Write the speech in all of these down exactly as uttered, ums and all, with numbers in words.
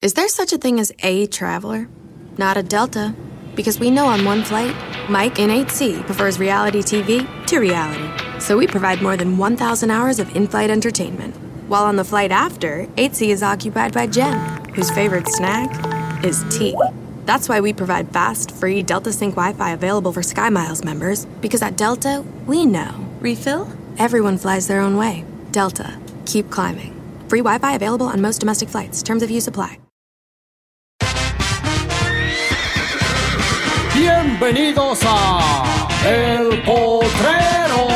Is there such a thing as a traveler? Not a Delta. Because we know on one flight, Mike in eight C prefers reality T V to reality. So we provide more than one thousand hours of in-flight entertainment. While on the flight after, eight C is occupied by Jen, whose favorite snack is tea. That's why we provide fast, free Delta Sync Wi-Fi available for SkyMiles members. Because at Delta, we know. Refill? Everyone flies their own way. Delta. Keep climbing. Free Wi-Fi available on most domestic flights. Terms of use apply. Bienvenidos a El Potrero.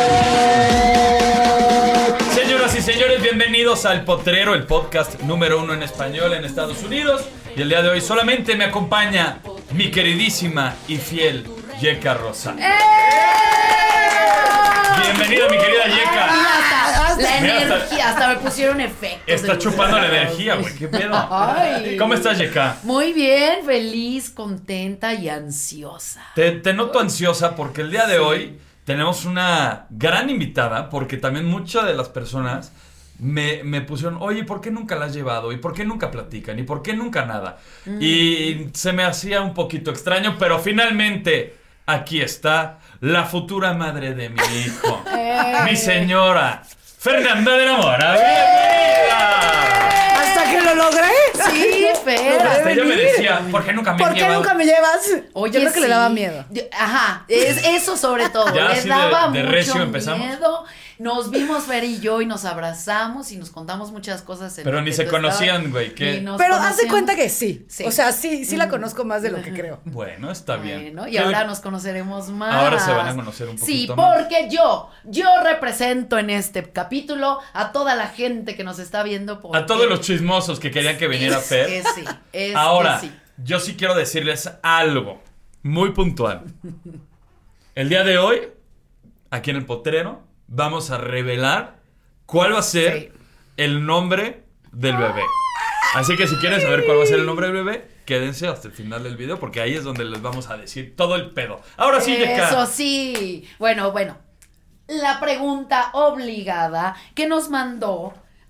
Señoras y señores, bienvenidos al Potrero, el podcast número uno en español en Estados Unidos. Y el día de hoy solamente me acompaña mi queridísima y fiel Yeka Rosa. ¡Eh! Bienvenida, mi querida Yeka. Hasta, hasta, la Mira, energía, hasta, hasta me pusieron efectos. Está chupando la energía, güey. ¿Qué pedo? Ay. ¿Cómo estás, Yeka? Muy bien, feliz, contenta y ansiosa. Te, te noto ansiosa porque el día de sí. hoy tenemos una gran invitada, porque también muchas de las personas me, me pusieron, oye, ¿por qué nunca la has llevado? ¿Y por qué nunca platican? ¿Y por qué nunca nada? Mm. Y se me hacía un poquito extraño, pero finalmente aquí está la futura madre de mi hijo, eh. mi señora Fernanda de la Mora. ¡Bienvenida! ¿Hasta que lo logré? Sí, pero hasta ella me decía, ¿por qué nunca me ¿Por qué llevas? nunca me llevas? Oye, yo creo que sí. le daba miedo. Ajá, es eso sobre todo. Ya, le así daba de, de mucho recio empezamos. miedo. Nos vimos Fer y yo y nos abrazamos y nos contamos muchas cosas. En pero ni se conocían, güey. Pero haz de cuenta que sí. sí. O sea, sí, sí la mm. conozco más de lo que creo. Bueno, está bien. Bueno, y ahora nos conoceremos más. Ahora se van a conocer un poquito sí, más. porque yo, yo represento en este capítulo a toda la gente que nos está viendo. Porque... A todos los chismosos que querían que viniera es, Fer. Es, sí, es, ahora, es, sí. yo sí quiero decirles algo muy puntual. El día de hoy, aquí en el Potrero, vamos a revelar cuál va a ser sí. el nombre del bebé. Así que si quieren saber cuál va a ser el nombre del bebé, quédense hasta el final del video, porque ahí es donde les vamos a decir todo el pedo. Ahora sí, Yeka. Eso sí. Bueno, bueno. La pregunta obligada que nos mandó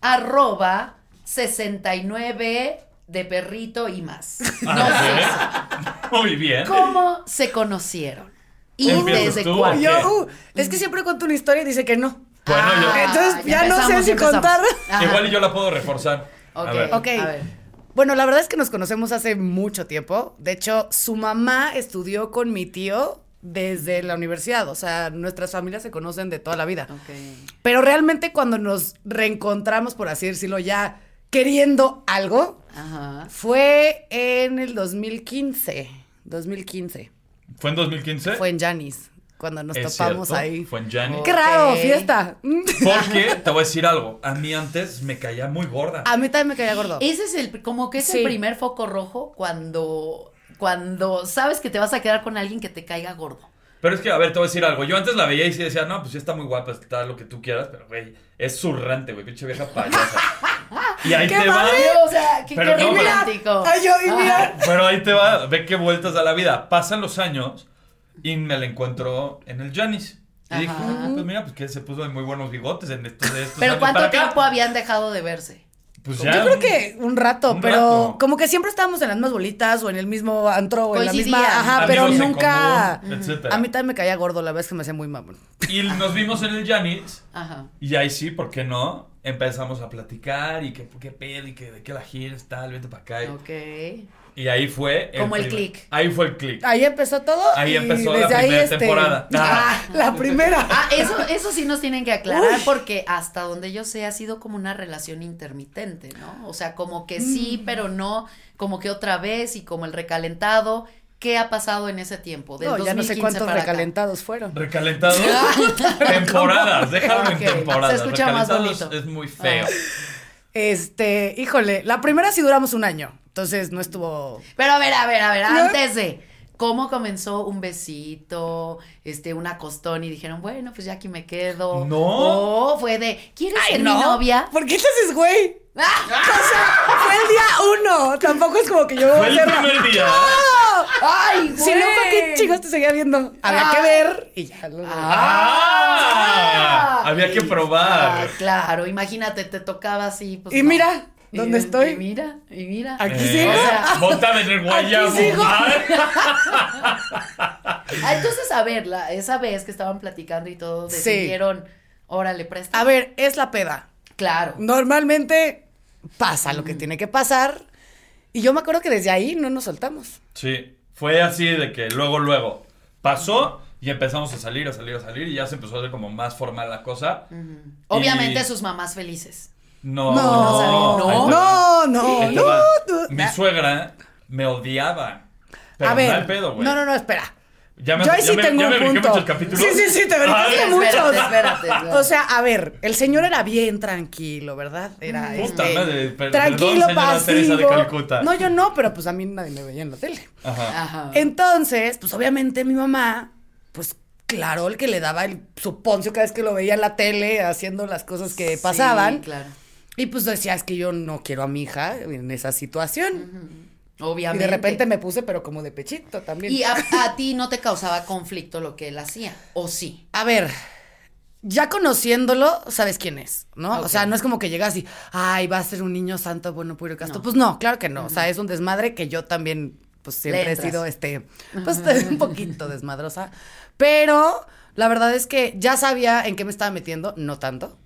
arroba sesenta y nueve de perrito y más. No sé. Muy bien. ¿Cómo se conocieron? ¿Y desde cuándo? Yo, uh, es que siempre cuento una historia y dice que no. Bueno, yo... Ah, Entonces ya, ya no sé si empezamos. contar. Ajá. Igual y yo la puedo reforzar. Ok, a ver. okay. A ver. Bueno, la verdad es que nos conocemos hace mucho tiempo. De hecho, su mamá estudió con mi tío desde la universidad. O sea, nuestras familias se conocen de toda la vida. Okay. Pero realmente cuando nos reencontramos, por así decirlo, ya queriendo algo, Ajá. fue en el dos mil quince. dos mil quince. ¿Fue en dos mil quince? Fue en Janis, cuando nos ¿Es topamos cierto? ahí. Fue en Janis. ¡Qué raro! Okay. Fiesta. Porque, te voy a decir algo, a mí antes me caía muy gorda. A mí también me caía gordo. Ese es el, como que es Sí. el primer foco rojo cuando, cuando sabes que te vas a quedar con alguien que te caiga gordo. Pero es que, a ver, te voy a decir algo. Yo antes la veía y sí decía, no, pues sí está muy guapa, está lo que tú quieras, pero, güey, es zurrante, güey, pinche vieja payasa. Y ahí ¡Qué te padre! O sea, qué, Pero qué no, pero- romántico. Ay, yo, y mira. Pero ahí te va, ve qué vueltas a la vida. Pasan los años y me la encuentro en el Janis. Y dije, Ajá. ah, pues mira, pues que se puso de muy buenos bigotes en estos, de estos Pero años ¿cuánto para acá. tiempo habían dejado de verse? Pues ya. Yo creo que un rato, un pero rato. como que siempre estábamos en las mismas bolitas o en el mismo antro o en la Coincidían. misma, ajá, pero Amigos en nunca. común, etcétera. A mí también me caía gordo, la vez que me hacía muy mamón. Y nos vimos en el Janis. Ajá. Y ahí sí, ¿por qué no? Empezamos a platicar y que qué pedo y que de qué la giras, tal, vete para acá. Y, Ok. y ahí fue. Como el primer- click. Ahí fue el click. Ahí empezó todo. Ahí y empezó la desde ahí, primera este, temporada. Ah, la primera. Ah, eso, eso sí nos tienen que aclarar Uy. porque hasta donde yo sé ha sido como una relación intermitente, ¿no? O sea, como que sí, Mm. pero no, como que otra vez y como el recalentado. ¿Qué ha pasado en ese tiempo? Del No, ya no sé dos mil quince cuántos para acá. recalentados fueron. Recalentados. Temporadas, déjalo Ok, en temporadas. se escucha más Recalentados bonito. es muy feo. Este, híjole, la primera sí duramos un año, entonces no estuvo. Pero a ver, a ver, a ver, ¿No? antes de cómo comenzó un besito, este, un acostón y dijeron, bueno, pues ya aquí me quedo. No. O fue de, ¿quieres Ay, ser no. mi novia? ¿Por qué te haces güey? ¡Ah! O sea, fue el día uno. Tampoco es como que yo. Fue el hacerla. primer día. ¡No! ¡Ay, güey! Si no, ¿para qué chicos te seguía viendo? Había que ver y ya lo. Ah, había que probar. Ah, claro, imagínate, te tocaba así. Pues, Y no. mira, ¿Dónde Y- estoy? Y mira, y mira. Aquí Eh, sigo. O sea, Bótame en el guayabo. Aquí sigo. Ah, entonces, a ver, la, esa vez que estaban platicando y todo, Sí. decidieron, órale, presta. A ver, es la peda. Claro. Normalmente pasa lo que tiene que pasar. Y yo me acuerdo que desde ahí no nos soltamos. Sí, fue así de que luego, luego pasó y empezamos a salir, a salir, a salir y ya se empezó a hacer como más formal la cosa. Obviamente Y- sus mamás felices. No, No, no, ahí te va. no, no, Ahí te no, va. no. Mi suegra me odiaba. Pero A ver, mal pedo, güey. no, no, no, espera. Ya me, Yo ahí ya sí me- tengo ya me un brinqué punto. muchos capítulos. Sí, sí, sí, te brincaste Ay, muchos. Espérate, espérate, espérate. O sea, a ver, el señor era bien tranquilo, ¿verdad? Era Puta este, madre, per- tranquilo, perdón, señora Teresa de pasivo. Calcuta. No, yo no, pero pues a mí nadie me veía en la tele. Ajá. Ajá. Entonces, pues obviamente mi mamá, pues claro, el que le daba el su poncio cada vez que lo veía en la tele haciendo las cosas que pasaban. Sí, claro. Y pues decía, es que yo no quiero a mi hija en esa situación. Obviamente. Y de repente me puse, pero como de pechito también. Y a, a ti no te causaba conflicto lo que él hacía, ¿o sí? A ver, ya conociéndolo, sabes quién es, ¿no? Ok. O sea, no es como que llegas y, ay, va a ser un niño santo, bueno, puro y casto. No. Pues no, claro que no. O sea, es un desmadre que yo también, pues siempre he entras. sido, este, pues un poquito desmadrosa. Pero la verdad es que ya sabía en qué me estaba metiendo, no tanto.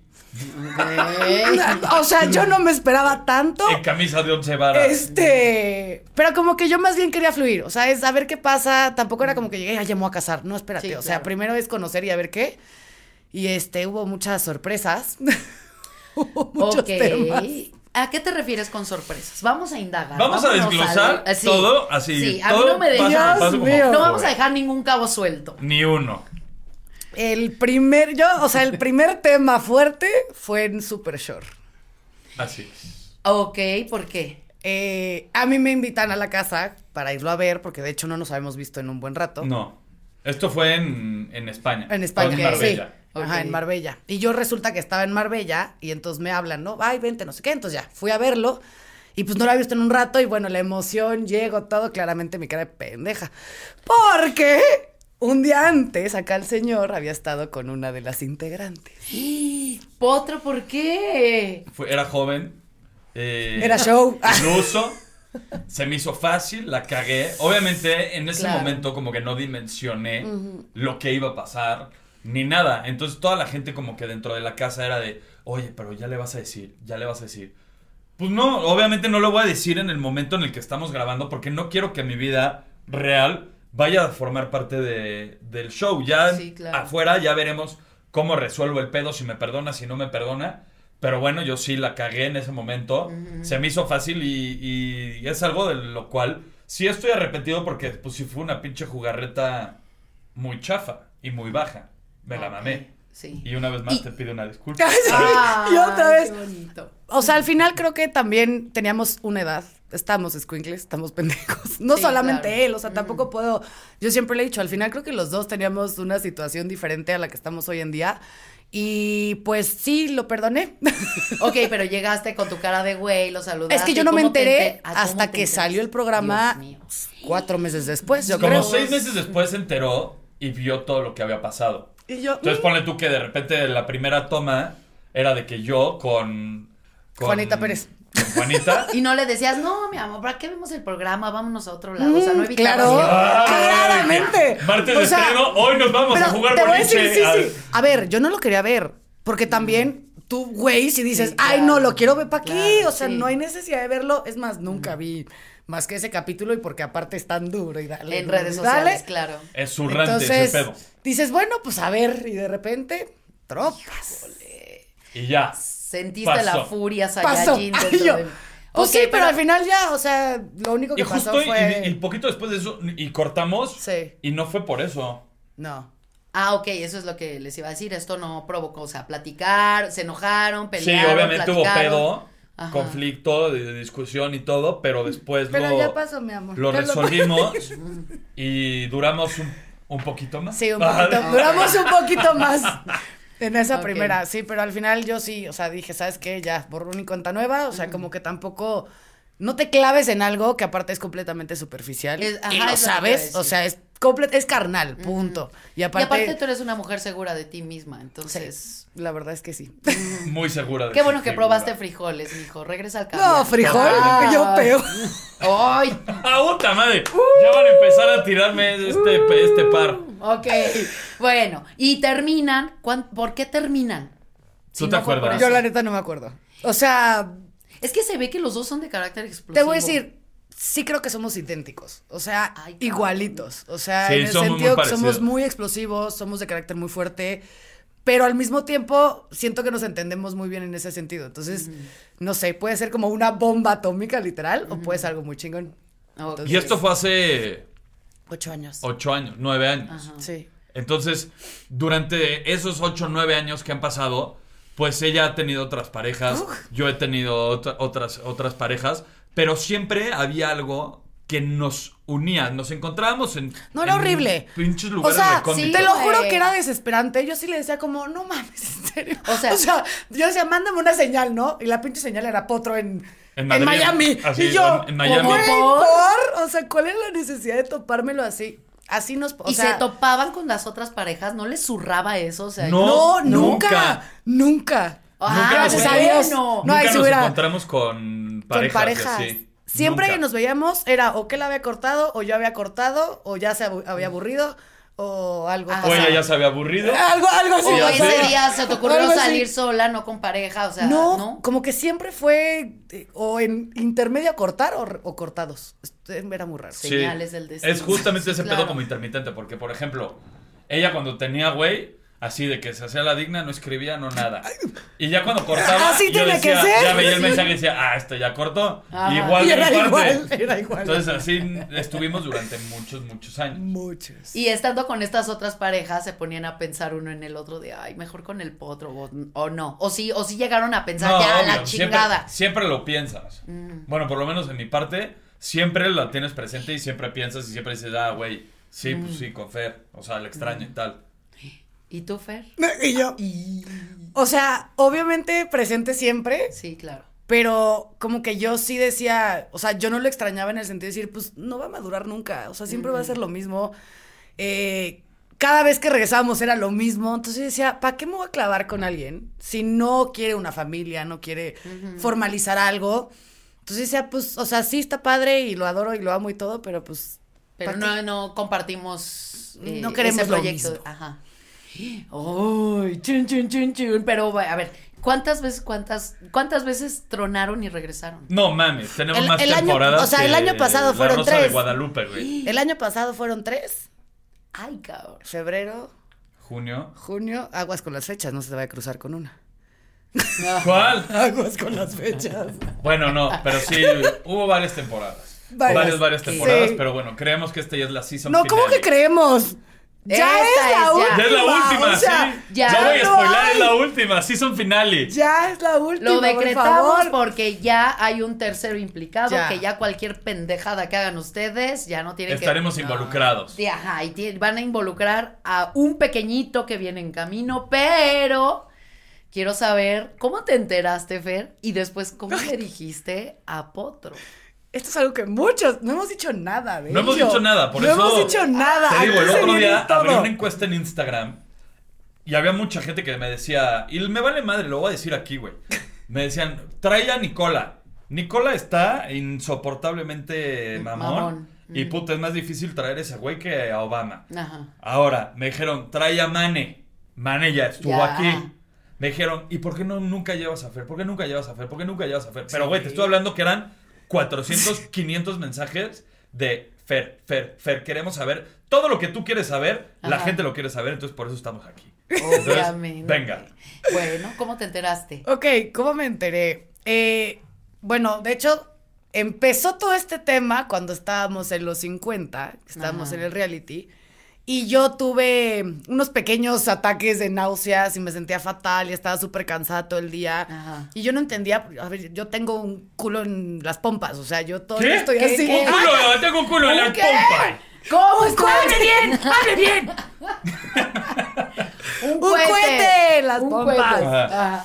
O sea, yo no me esperaba tanto. En camisa de once varas. Este, pero como que yo más bien quería fluir, o sea, es a ver qué pasa, tampoco era como que llegué, ay, ya me voy a casar, no, espérate, Sí, o sea, claro. primero es conocer y a ver qué, y este, hubo muchas sorpresas, hubo muchos Ok. temas. ¿A qué te refieres con sorpresas? Vamos a indagar. Vamos a vámonos desglosar al- sí. todo así. Sí, a todo mí no me paso por digas. paso como Dios mío. No vamos a fue. dejar ningún cabo suelto. Ni uno. El primer, yo, o sea, el primer tema fuerte fue en Super Shore. Así es. Ok, ¿por qué? Eh, a mí me invitan a la casa para irlo a ver, porque de hecho no nos habíamos visto en un buen rato. No. Esto fue en, en España. En España, En sí. Marbella. Ajá, Ok. en Marbella. Y yo resulta que estaba en Marbella y entonces me hablan, ¿no? Ay, vente, no sé qué. Entonces ya, fui a verlo y pues no lo había visto en un rato y bueno, la emoción, llego, todo, claramente mi cara de pendeja. Porque un día antes acá el señor había estado con una de las integrantes. Potro, ¿por qué? Fue- era joven. eh, Era show. Iluso. Se me hizo fácil, la cagué. Obviamente, en ese Claro. momento, como que no dimensioné lo que iba a pasar, ni nada. Entonces, toda la gente, como que dentro de la casa era de, oye, pero ya le vas a decir, ya le vas a decir. Pues no, obviamente no lo voy a decir en el momento en el que estamos grabando, porque no quiero que mi vida real vaya a formar parte de, del show. Ya Sí, claro. afuera ya veremos cómo resuelvo el pedo, si me perdona, si no me perdona. Pero bueno, yo sí la cagué en ese momento. Se me hizo fácil y, y es algo de lo cual sí estoy arrepentido porque pues sí fue una pinche jugarreta muy chafa y muy baja. Me la Ok, mamé. Sí. Y una vez más Y- te pido una disculpa. Y otra Ay, vez. Qué bonito. O sea, al final creo que también teníamos una edad. Estamos escuincles, estamos pendejos. No Sí, solamente claro. él, o sea, tampoco puedo. Yo siempre le he dicho, al final creo que los dos teníamos una situación diferente a la que estamos hoy en día. Y pues sí, lo perdoné. Ok, pero llegaste con tu cara de güey, lo saludaste. Es que yo ¿y no me cómo te enteré enter- ah, ¿cómo hasta te que enteras? salió el programa Dios mío. cuatro meses después, yo Como creo. seis meses después se enteró y vio todo lo que había pasado. Y yo, Entonces ponle tú que de repente la primera toma era de que yo con... con- Juanita Pérez. Con Juanita. Y no le decías, no, mi amor, ¿para qué vemos el programa? Vámonos a otro lado. O sea, no Mm, evitabas claro. que- Ay, Claramente. Martes O de sea, estreno, hoy nos vamos a pero jugar te voy a boliche. decir, sí, al- sí. A ver, yo no lo quería ver, porque también tú, güey, si dices, Sí, ay, claro. no, lo quiero ver para aquí, Claro, o sea, sí. no hay necesidad de verlo. Es más, nunca vi más que ese capítulo y porque aparte es tan duro y dale. En duro redes y sociales, dale. claro. Es zurrante Entonces, ese pedo. dices, bueno, pues a ver, y de repente, tropas. Y ya. Sentiste Pasó. la furia Pasó. Saiyajin Ay, dentro yo, de... Pues Ok, sí, pero, al final ya, o sea, lo único que Y pasó justo y, fue... y poquito después de eso, y cortamos. Sí. Y no fue por eso. No. Ah, ok, eso es lo que les iba a decir. Esto no provocó, o sea, platicar, se enojaron, Sí, pelearon, obviamente hubo platicaron. pedo, Ajá. conflicto, de, de discusión y todo, pero después Pero lo, ya pasó, mi amor. lo Ya resolvimos y duramos un, un poquito más. Sí, un poquito. Ah, Duramos un poquito más en esa Ok. primera. Sí, pero al final yo sí, o sea, dije, ¿sabes qué? Ya, borrón y cuenta nueva. O sea, como que tampoco. No te claves en algo que aparte es completamente superficial. Es- ajá, y lo es lo que te iba a sabes. decir. O sea, es comple- es carnal, punto. Y Y aparte, aparte tú eres una mujer segura de ti misma, entonces... sí, la verdad es que sí. Muy segura de Qué su bueno que figura. probaste frijoles, mijo. Regresa al cambio. No, frijol, Ay. yo peor. ¡Ay! ¡Ah, puta madre! Ya van a empezar a tirarme este, este par. Ok. Bueno, y terminan. ¿cuán- ¿Por qué terminan? ¿Tú te no fue por acuerdas? eso. Yo la neta no me acuerdo. O sea, Es que se ve que los dos son de carácter explosivo. te voy a decir, sí creo que somos idénticos. O sea, Ay, cabrón. igualitos. O sea, Sí, en el somos muy sentido que parecidos. somos muy explosivos, somos de carácter muy fuerte. Pero al mismo tiempo, siento que nos entendemos muy bien en ese sentido. Entonces, no sé, puede ser como una bomba atómica, literal, o puede ser algo muy chingón. Ok. Y esto fue hace Ocho años. ocho años, nueve años. Ajá. Sí. Entonces, durante esos ocho o nueve años que han pasado, pues ella ha tenido otras parejas, yo he tenido ot- otras, otras parejas, pero siempre había algo que nos unía. Nos encontrábamos en... No, era en horrible. Pinches O lugares sea, recónditos. te lo güey. juro que era desesperante. Yo sí le decía como, no mames, en serio. O sea- yo decía, mándame una señal, ¿no? Y la pinche señal era potro en, En en, Madrid. Miami. Así, y yo, en- en Miami. güey, ¿Por? ¿por? O sea, ¿cuál es la necesidad de topármelo así? Así nos... O y sea, se topaban con las otras parejas, ¿no les zurraba eso? O sea, No. No, nunca. nunca. Nunca. Ah, Nunca nos gracias a encontramos- Dios. bueno. No, ahí Nunca sí nos hubiera... encontramos con parejas. con parejas. y así. Siempre Nunca. que nos veíamos era o que él había cortado, o yo había cortado, o ya se abu- había aburrido, o algo. Ah, O ella pasaba. ya se había aburrido. Algo, algo así. O ya ese sé. día se te ocurrió Algo así. salir sola, no con pareja, o sea, No, ¿no? como que siempre fue eh, o en intermedio a cortar o, o cortados. Esto era muy raro. Sí. Señales del destino. Es justamente ese Claro. pedo como intermitente, porque, por ejemplo, ella cuando tenía güey, así de que se hacía la digna, no escribía, no nada. Y ya cuando cortaba, Así yo tiene que decía, ser. ya veía el Sí. mensaje y decía, ah, esto ya cortó. Ajá. Igual Y de era mi parte. igual, era igual. Entonces así estuvimos durante muchos, muchos años. Muchos. Y estando con estas otras parejas, se ponían a pensar uno en el otro de, ay, mejor con el potro, o, o no. O sí, o sí llegaron a pensar, No, ya, obvio, la chingada. Siempre, siempre lo piensas. Bueno, por lo menos en mi parte, siempre la tienes presente y siempre piensas y siempre dices, ah, güey, sí, pues sí, con Fer. O sea, la extraño y tal. ¿Y tú, Fer? Y yo. O sea, obviamente presente siempre, Sí, claro. pero como que yo sí decía, o sea, yo no lo extrañaba en el sentido de decir, pues no va a madurar nunca, o sea, siempre va a ser lo mismo. Eh, cada vez que regresábamos era lo mismo, entonces yo decía, ¿para qué me voy a clavar con alguien si no quiere una familia, no quiere formalizar algo? Entonces decía, pues, o sea, sí está padre y lo adoro y lo amo y todo, pero pues... Pero ¿pa' qué? no, no compartimos eh, No queremos ese lo proyecto. mismo. Ajá. Uy, chun, chun, chun, chun. Pero a ver, ¿cuántas veces, cuántas, cuántas veces tronaron y regresaron? No mames, tenemos El- más el año- temporadas. o sea, el que año pasado La fueron Rosa de tres. Guadalupe, güey. El año pasado fueron tres, Ay, cabrón. febrero, Junio. junio, aguas con las fechas, no se te va a cruzar con una. ¿Cuál? Aguas con las fechas. Bueno, no, pero sí, hubo varias temporadas. Varias. Varias, varias temporadas, Sí. pero bueno, creemos que esta ya es la season No, ¿cómo finale. que creemos? Ya Esta es la es ya. última. Ya es la última, o sea, sí. ya no voy a no spoilar, hay. es la última, season finale. Ya es la última. Lo por decretamos favor. porque ya hay un tercero implicado, Ya. que ya cualquier pendejada que hagan ustedes ya no tienen Estaremos que... involucrados. Sí, ajá, y ti- van a involucrar a un pequeñito que viene en camino, pero quiero saber cómo te enteraste, Fer, y después cómo le dijiste a Potro. Esto es algo que muchos, no hemos dicho nada de No hemos ello. dicho nada, por no eso. No hemos dicho nada. Te digo, aquí el se otro viene día todo. abrí una encuesta en Instagram y había mucha gente que me decía, y me vale madre, lo voy a decir aquí, güey. Me decían, trae a Nicola. Nicola está insoportablemente mamón. Mamón. Y Mm. puta, es más difícil traer a ese güey que a Obama. Ajá. Ahora, me dijeron, trae a Mane. Mane ya estuvo Ya. aquí. Me dijeron, ¿y por qué no nunca llevas a Fer? ¿Por qué nunca llevas a Fer? ¿Por qué nunca llevas a Fer? Pero, güey, te estoy hablando que eran cuatrocientos, quinientos mensajes de Fer, Fer, Fer. Queremos saber todo lo que tú quieres saber. La Ajá. gente lo quiere saber, entonces por eso estamos aquí. Entonces, Obviamente. venga. Bueno, ¿cómo te enteraste? Ok, ¿cómo me enteré? Eh, bueno, de hecho, empezó todo este tema cuando estábamos en los cincuenta, estábamos Ajá. en el reality, y yo tuve unos pequeños ataques de náuseas y me sentía fatal y estaba súper cansada todo el día. Ajá. Y yo no entendía, a ver, yo tengo un culo en las pompas, o sea, yo todo ¿Qué? estoy ¿Qué? así. ¿Qué? Un culo, tengo un culo en la ¿Qué? pompa. ¿Cómo ¡Un cohete bien! ¡Hable bien! Un ¡Un cohete en las Un pompas! cohete. Ajá. Ajá.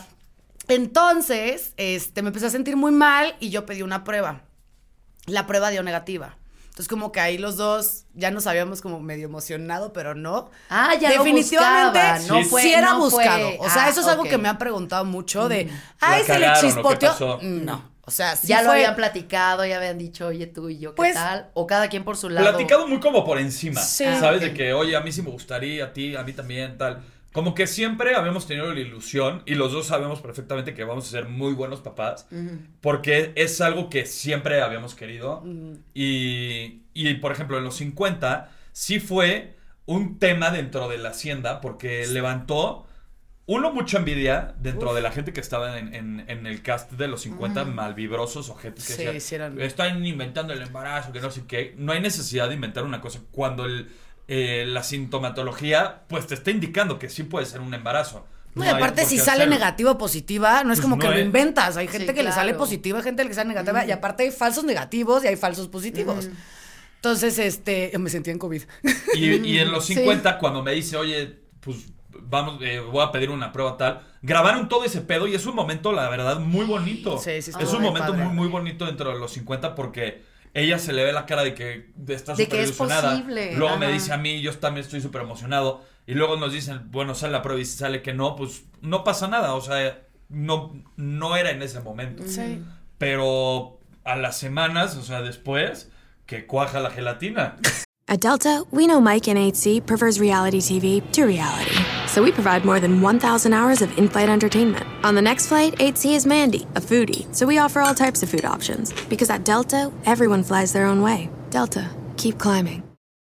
Entonces, este, me empecé a sentir muy mal y yo pedí una prueba. La prueba dio negativa. Entonces como que ahí los dos ya nos habíamos como medio emocionado, pero no. Ah, ya definitivamente lo buscaba, no sí, fue, sí era no buscado. fue. O sea, Ah, eso es algo ok. que me han preguntado mucho de, ¿La ay, se le cagaron o qué chispoteó. pasó? No, o sea, sí ya lo fue- habían platicado, ya habían dicho, oye, tú y yo, ¿qué Pues, tal? O cada quien por su lado. Platicado muy como por encima, Sí. ¿sabes? Ah, ok. De que, oye, a mí sí me gustaría, a ti, a mí también, tal. Como que siempre habíamos tenido la ilusión y los dos sabemos perfectamente que vamos a ser muy buenos papás porque es algo que siempre habíamos querido. y, y, por ejemplo, en los cincuenta sí fue un tema dentro de la hacienda porque levantó, uno, mucha envidia dentro Uf. de la gente que estaba en, en, en el cast de los cincuenta, malvibrosos o gente que Sí, decía, sí eran- están inventando el embarazo, que no sé qué. No hay necesidad de inventar una cosa cuando el, eh, la sintomatología pues te está indicando que sí puede ser un embarazo. No, y hay aparte por si qué sale hacerlo. negativa o positiva, no es Pues como no que lo es. inventas. Hay gente Sí, que le sale claro. positiva, hay gente que le sale negativa, y aparte hay falsos negativos y hay falsos positivos. Entonces, este, me sentí en COVID. Y, y en los Sí. cincuenta, cuando me dice, oye, pues vamos, eh, voy a pedir una prueba tal, grabaron todo ese pedo y es un momento, la verdad, muy bonito. Sí, sí, es estuvo un muy momento padre. muy, muy bonito dentro de los cincuenta porque ella se le ve la cara de que está De súper que es ilusionada. posible, Luego me ajá. dice a mí, yo también estoy súper emocionado. Y luego nos dicen, bueno, sale la prueba y si sale que no, pues no pasa nada. O sea, no, no era en ese momento. Sí. Pero a las semanas, o sea, después, que cuaja la gelatina. At Delta, we know Mike in eight C prefers reality T V to reality. So we provide more than one thousand hours of in-flight entertainment. On the next flight, eight C is Mandy, a foodie. So we offer all types of food options. Because at Delta, everyone flies their own way. Delta, keep climbing.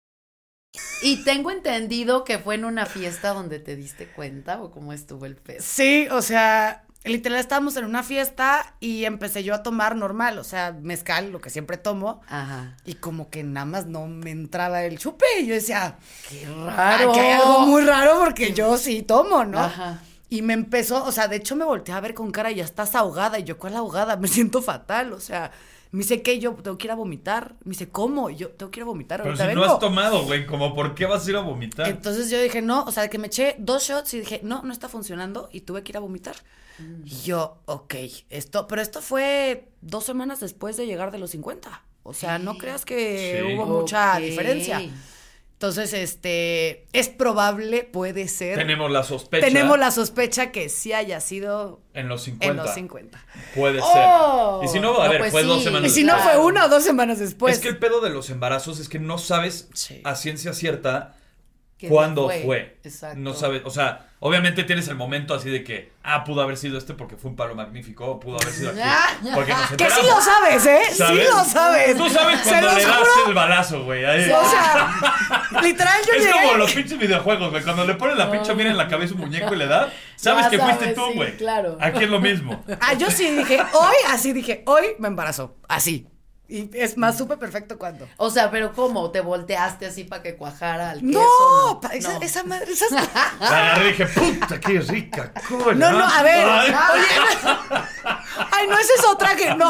Y tengo entendido que fue en una fiesta donde te diste cuenta o cómo estuvo el pedo. Sí, o sea, literal estábamos en una fiesta y empecé yo a tomar normal, o sea, mezcal, lo que siempre tomo. Ajá. Y como que nada más no me entraba el chupe. Y yo decía, Qué raro. aquí hay algo muy raro porque yo sí tomo, ¿no? Ajá. Y me empezó, o sea, de hecho me volteé a ver con cara, ya estás ahogada. Y yo, ¿cuál ahogada? Me siento fatal, o sea, me dice, ¿qué? Yo tengo que ir a vomitar. Me dice, ¿cómo? Y yo, tengo que ir a vomitar, Pero ahorita si vengo. no has tomado, güey, como ¿por qué vas a ir a vomitar? Entonces yo dije, no, o sea, que me eché dos shots y dije, no, no está funcionando y tuve que ir a vomitar. Y yo, ok, esto, pero esto fue dos semanas después de llegar de los cincuenta. O sea, no creas que Sí. hubo mucha Ok. diferencia. Entonces, este, es probable, puede ser. Tenemos la sospecha. Tenemos la sospecha que sí haya sido En los cincuenta. en los cincuenta. Puede ¡Oh! ser. Y si no, a No, ver, pues fue sí. dos Y semanas si no después. fue una o dos semanas después. Es que el pedo de los embarazos es que no sabes Sí. a ciencia cierta ¿Qué cuándo fue? fue. Exacto. No sabes, o sea, obviamente tienes el momento así de que, ah, pudo haber sido este porque fue un palo magnífico, o pudo haber sido aquí porque nos Que sí enteramos. lo sabes, ¿eh? ¿Sabes? Sí lo sabes. Tú sabes Se cuando los le das juro. el balazo, güey. ahí. O sea, literal yo Es llegué. como los pinches videojuegos, güey. Cuando le pones la pinche mira en la cabeza a un muñeco y le das, sabes Ya que fuiste sabes, tú, sí, güey. claro. Aquí es lo mismo. Ah, yo sí dije, hoy, así dije, hoy me embarazó, así. Y es más, supe perfecto cuándo. O sea, pero ¿cómo? ¿Te volteaste así para que cuajara el queso? No, No, pa- esa, no. esa madre, esas... La agarré y dije, puta, qué rica cola. No, no, a ver, Ay. oye, ay, no, esa es otra que, no,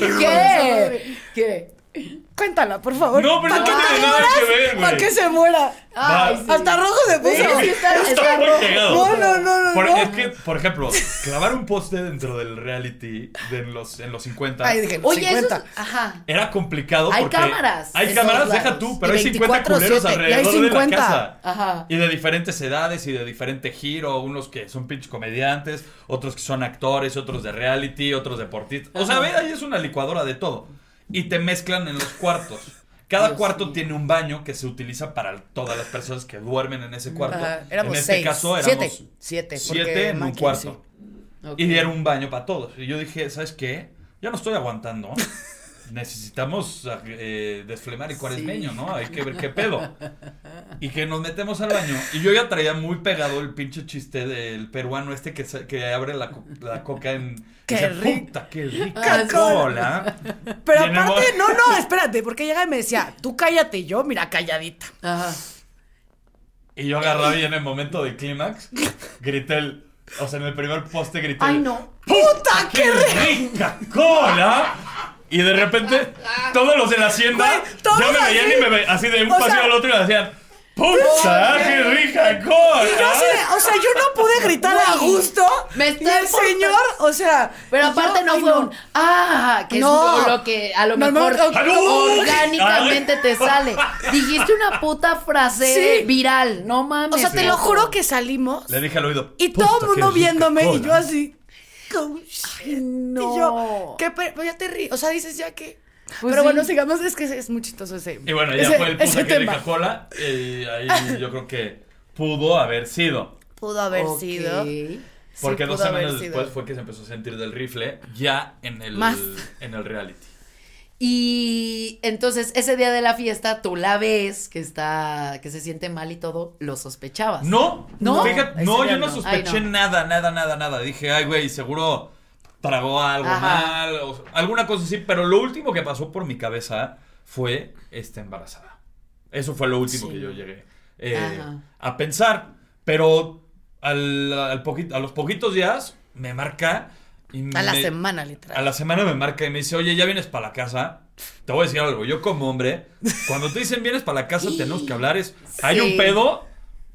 ¿Qué? ¿Qué? cuéntala, por favor. No, pero ¿Pa' no qué tiene te nada mueras? que ver, güey. ¿Para que se muera? Ay, Va. sí. Hasta rojo se puso. Sí, sí, está- Está está muy rojo. cagado. No, no, no, no, Por- no. Es que, por ejemplo, clavar un poste dentro del reality de los, en los cincuenta Ay, dije, Oye, eso cincuenta. es... Ajá. era complicado Hay porque cámaras hay en cámaras, todos deja lados. tú, pero Y hay cincuenta veinticuatro culeros siete, y hay alrededor de la cincuenta. casa. Ajá. Y de diferentes edades y de diferente giro, unos que son pinches comediantes, otros que son actores, otros de reality, otros deportistas. O sea, Ajá. ve, ahí es una licuadora de todo. Y te mezclan en los cuartos. Cada Dios cuarto mío. tiene un baño que se utiliza para todas las personas que duermen en ese cuarto. Ajá, éramos en este seis. caso éramos Siete. Siete, porque siete en un Maki, cuarto. Ok. Y era un baño para todos. Y yo dije, ¿sabes qué? Ya no estoy aguantando. Necesitamos eh, desflemar y cuaresmeño, ¿no? Hay que ver qué pedo. Y que nos metemos al baño. Y yo ya traía muy pegado el pinche chiste del peruano este que, se- que abre la, co- la coca en... ¡Qué dice, rico! ¡Puta, qué rica Ah, cola! Pero Y en el aparte, mo- no, no, espérate, porque llega y me decía, tú cállate, y yo, mira, calladita. Ajá. Y yo agarraba y en el momento de clímax grité el... O sea, en el primer poste grité Ay, el, no. ¡Puta, ¡qué rica cola! Y de repente, todos los de la hacienda Güey, todos ya me así. veían y me veían así de un O pasillo sea, al otro y me decían, ¡Puta, qué rica cola! Y yo así de- o sea, yo no pude gritar a Güey, gusto. me y está el señor, o sea. Pero y aparte yo, no ay, fue un ah, que No. es lo que a lo No, mejor no, no, no. orgánicamente te sale. Dijiste una puta frase Sí. viral, no mames. O sea, te lo loco. juro que salimos. Le dije al oído. Y "Puta, todo el qué mundo rica viéndome y cola". yo así. "Oh, shit". no. Y yo, ¿qué? pe- Pero ya te ríes. O sea, dices ya que. Pues pero sí. bueno, sigamos, es que es muy chistoso ese. Y bueno, ya ese- fue el ese puta que tema. rica cola. Y ahí yo creo que pudo haber sido. Pudo haber Ok. sido. Porque Sí, dos pudo haber semanas sido. después fue que se empezó a sentir del rifle ya en el, Más. en el reality. Y entonces ese día de la fiesta tú la ves que está que se siente mal y todo, lo sospechabas. No, ¿No? Fíjate, Ese no, día yo no no. sospeché Ay, no. nada, nada, nada, nada. Dije, ay, güey, seguro tragó algo Ajá. mal, o alguna cosa así. Pero lo último que pasó por mi cabeza fue esta embarazada. Eso fue lo último Sí. que yo llegué eh, Ajá. a pensar. Pero al, al poquito, a los poquitos días me marca. Y A la me- semana, literal. A la semana me marca y me dice, oye, ¿ya vienes para la casa? Te voy a decir algo, yo como hombre, cuando te dicen vienes para la casa, tenemos que hablar, es, hay Sí. un pedo,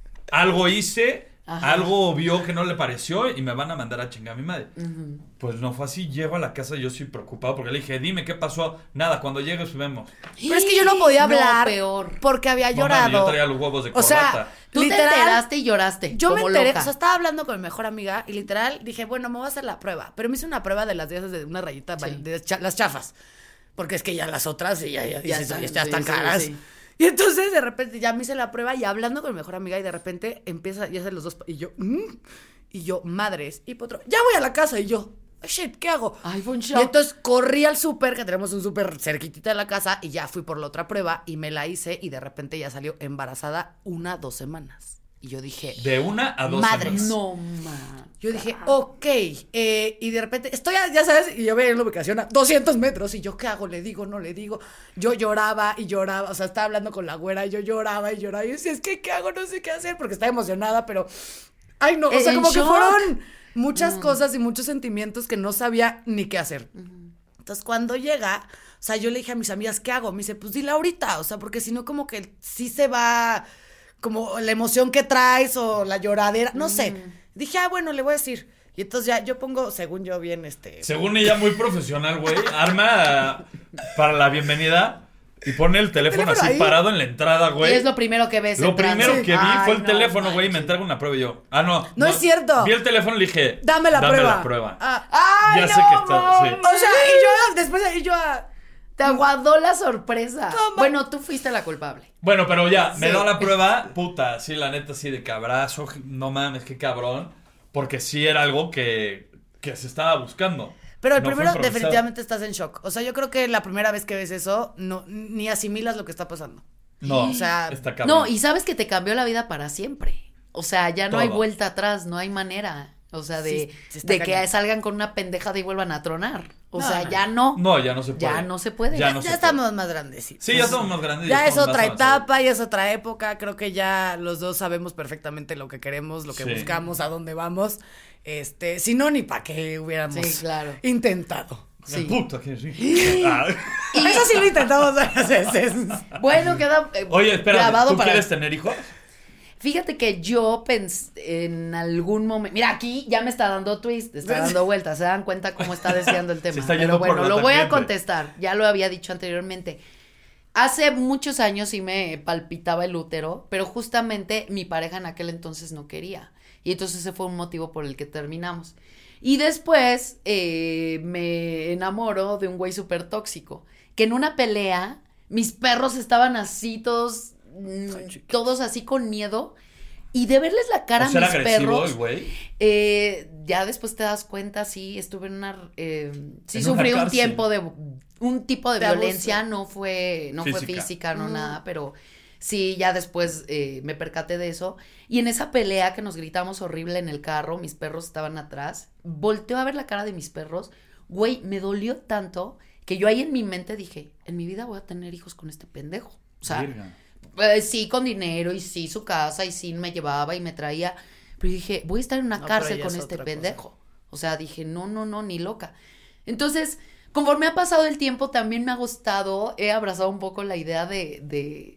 algo hice, Ajá. algo vio que no le pareció y me van a mandar a chingar a mi madre. Pues no fue así, llego a la casa, yo soy preocupado porque le dije, dime qué pasó, nada, cuando llegues vemos. Pero es que yo no podía No, hablar. peor. Porque había No, llorado. mami, yo traía los huevos de O sea, corbata. Tú literal, te enteraste y lloraste. Yo me como enteré, loca. o sea, estaba hablando con mi mejor amiga y literal dije, bueno, me voy a hacer la prueba. Pero me hice una prueba de las de esas de una rayita, Sí. de cha- las chafas. Porque es que ya las otras y ya, ya, Ya dices, están, "Oye, ya sí, están sí, caras". sí. Y entonces de repente ya me hice la prueba y hablando con mi mejor amiga y de repente empieza, ya hacen los dos, y yo, "Mm", y yo, madres, y potro, ya voy a la casa y yo, shit, ¿qué hago? Ay, fue un Y shock. entonces corrí al súper, que tenemos un súper cerquitita de la casa, y ya fui por la otra prueba y me la hice y de repente ya salió embarazada una, dos semanas. Y yo dije, De una a dos Madres. semanas. No, ma. yo dije, ok, eh, y de repente, estoy, a- ya sabes, y yo veía en la ubicación a doscientos metros, y yo, ¿qué hago? ¿Le digo? ¿No le digo? Yo lloraba y lloraba, o sea, estaba hablando con la güera, y yo lloraba y lloraba, y yo decía, es que, ¿qué hago? No sé qué hacer, porque estaba emocionada, pero, ay, no, o sea, ¿En como que shock? fueron muchas cosas y muchos sentimientos que no sabía ni qué hacer. Entonces, cuando llega, o sea, yo le dije a mis amigas, ¿qué hago? Me dice, pues dile ahorita, o sea, porque si no, como que sí se va, como la emoción que traes o la lloradera, no sé. Dije, ah, bueno, le voy a decir. Y entonces ya yo pongo, según yo, bien, este... Según ella, muy profesional, güey, arma para la bienvenida y pone el teléfono, teléfono así ahí. parado en la entrada, Y güey. es lo primero que ves Lo entrando. primero que vi Ay, fue el no teléfono, güey, y me manches. entrega una prueba y yo. Ah, no. No es cierto. Vi el teléfono y le dije, Dame la prueba. la prueba. Ah, ¡Ay, Ya no, sé que está- sí. mames! o sea, y yo después, y yo... ah, Te aguadó la sorpresa. No, ma- Bueno, tú fuiste la culpable. Bueno, pero ya, me Sí. da la prueba, puta, sí, la neta, sí, de que abrazo, no mames, qué cabrón. Porque sí era algo que, que se estaba buscando. Pero el No fue primero improvisado. definitivamente estás en shock. O sea, yo creo que la primera vez que ves eso, no, ni asimilas lo que está pasando. No, O sea, está cabrón. No, y sabes que te cambió la vida para siempre. O sea, ya no hay Todo. vuelta atrás, no hay manera. O sea, de, Sí, sí está de que cañón. salgan con una pendejada y vuelvan a tronar. O No, sea, no. ya no. No, ya no se puede. Ya no se puede. Ya Ya, no se ya puede. estamos más grandes, sí. Sí, ya estamos más grandes. Ya es estamos otra más avanzados. etapa, ya es otra época. Creo que ya los dos sabemos perfectamente lo que queremos, lo que Sí. buscamos, a dónde vamos. Este, si no, ni para qué hubiéramos Sí, claro. intentado. Sí. Puta, que sí. Ah. Eso sí lo intentamos varias veces. Bueno, queda eh, Oye, espera, grabado ¿tú para... quieres tener hijos? Fíjate que yo pensé en algún momento. Mira, aquí ya me está dando twist, está dando vueltas. ¿Se dan cuenta cómo está desviando el tema? Se está Pero yendo por bueno, la lo voy a tangente. contestar. Ya lo había dicho anteriormente. Hace muchos años sí me palpitaba el útero, pero justamente mi pareja en aquel entonces no quería. Y entonces ese fue un motivo por el que terminamos. Y después eh, me enamoro de un güey súper tóxico. Que en una pelea, mis perros estaban así, todos, mm, todos así con miedo. Y de verles la cara ¿O a ser mis agresivo perros. el güey? Eh, ya después te das cuenta, sí, estuve en una, eh, sí En sufrí una un cárcel. tiempo de, un tipo de, De abuso. violencia, no fue, no fue Física. física, no nada, pero sí, ya después eh, me percaté de eso, y en esa pelea que nos gritamos horrible en el carro, mis perros estaban atrás, volteo a ver la cara de mis perros, güey, me dolió tanto, que yo ahí en mi mente dije, en mi vida voy a tener hijos con este pendejo, o sea, Virga. eh, sí, con dinero, y sí, su casa, y sí, me llevaba y me traía. Pero dije, voy a estar en una No, pero cárcel ya con es este otra pendejo. O sea, dije, no, no, no, ni loca. Entonces, conforme ha pasado el tiempo, también me ha gustado, he abrazado un poco la idea de, de,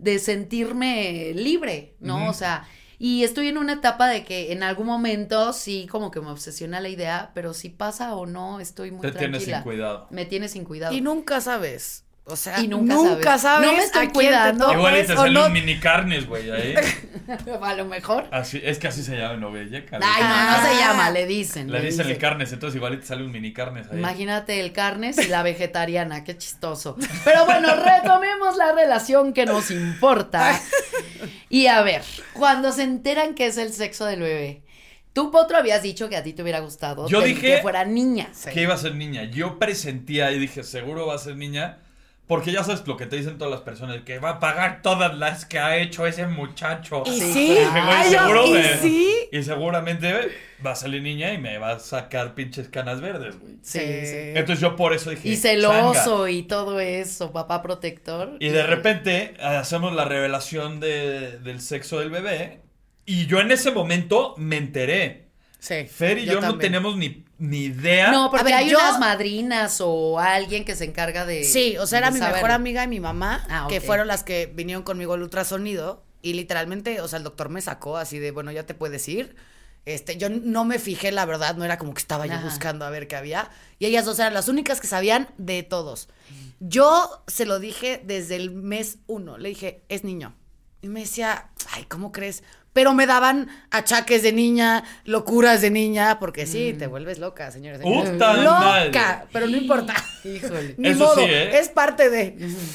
de sentirme libre, ¿no? Ujú. O sea, y estoy en una etapa de que en algún momento sí como que me obsesiona la idea, pero si pasa o no, estoy muy Te tranquila. tienes sin cuidado. Me tienes sin cuidado. Y nunca sabes. O sea, Y nunca nunca, sabes. sabes. No me estoy a quién te cuidando. topes Igual y te o sale no. un mini carnes, güey, ahí. A lo mejor. Así, es que así se llama en Ovelleca. Ay, no, no Ah. se llama, le dicen. Le dicen el dicen. carnes, entonces igual y te sale un mini carnes ahí. Imagínate el carnes y la vegetariana, qué chistoso. Pero bueno, retomemos la relación que nos importa. Y a ver, cuando se enteran que es el sexo del bebé, tú, Potro, habías dicho que a ti te hubiera gustado Yo que, dije- que fuera niña. Que iba a ser niña. Yo presentía y dije, seguro va a ser niña. Porque ya sabes lo que te dicen todas las personas, que va a pagar todas las que ha hecho ese muchacho. Y Sí, sí, Dije, güey, ay, yo- seguro y me- sí. Y seguramente va a salir niña y me va a sacar pinches canas verdes, güey. Sí, sí. Entonces yo por eso dije, Y celoso changa. y todo eso, papá protector. Y de repente hacemos la revelación de, del sexo del bebé. Y yo en ese momento me enteré. Sí. Fer y yo, no también. tenemos ni, ni idea. No, porque A ver, hay yo- unas madrinas o alguien que se encarga de. Sí, o sea, era de mi saberlo. mejor amiga y mi mamá, Ah, que ok. fueron las que vinieron conmigo al ultrasonido. Y literalmente, o sea, el doctor me sacó así de, bueno, ya te puedes ir. Este, yo no me fijé, la verdad, no era como que estaba yo Ajá. buscando a ver qué había. Y ellas dos eran las únicas que sabían de todos. Yo se lo dije desde el mes uno. Le dije, es niño. Y me decía, ay, ¿cómo crees? Pero me daban achaques de niña, locuras de niña, porque sí, te vuelves loca, señores. señores. ¡Puta Loca, madre! pero no importa. Híjole. Ni Eso modo, sí, ¿eh? es parte de.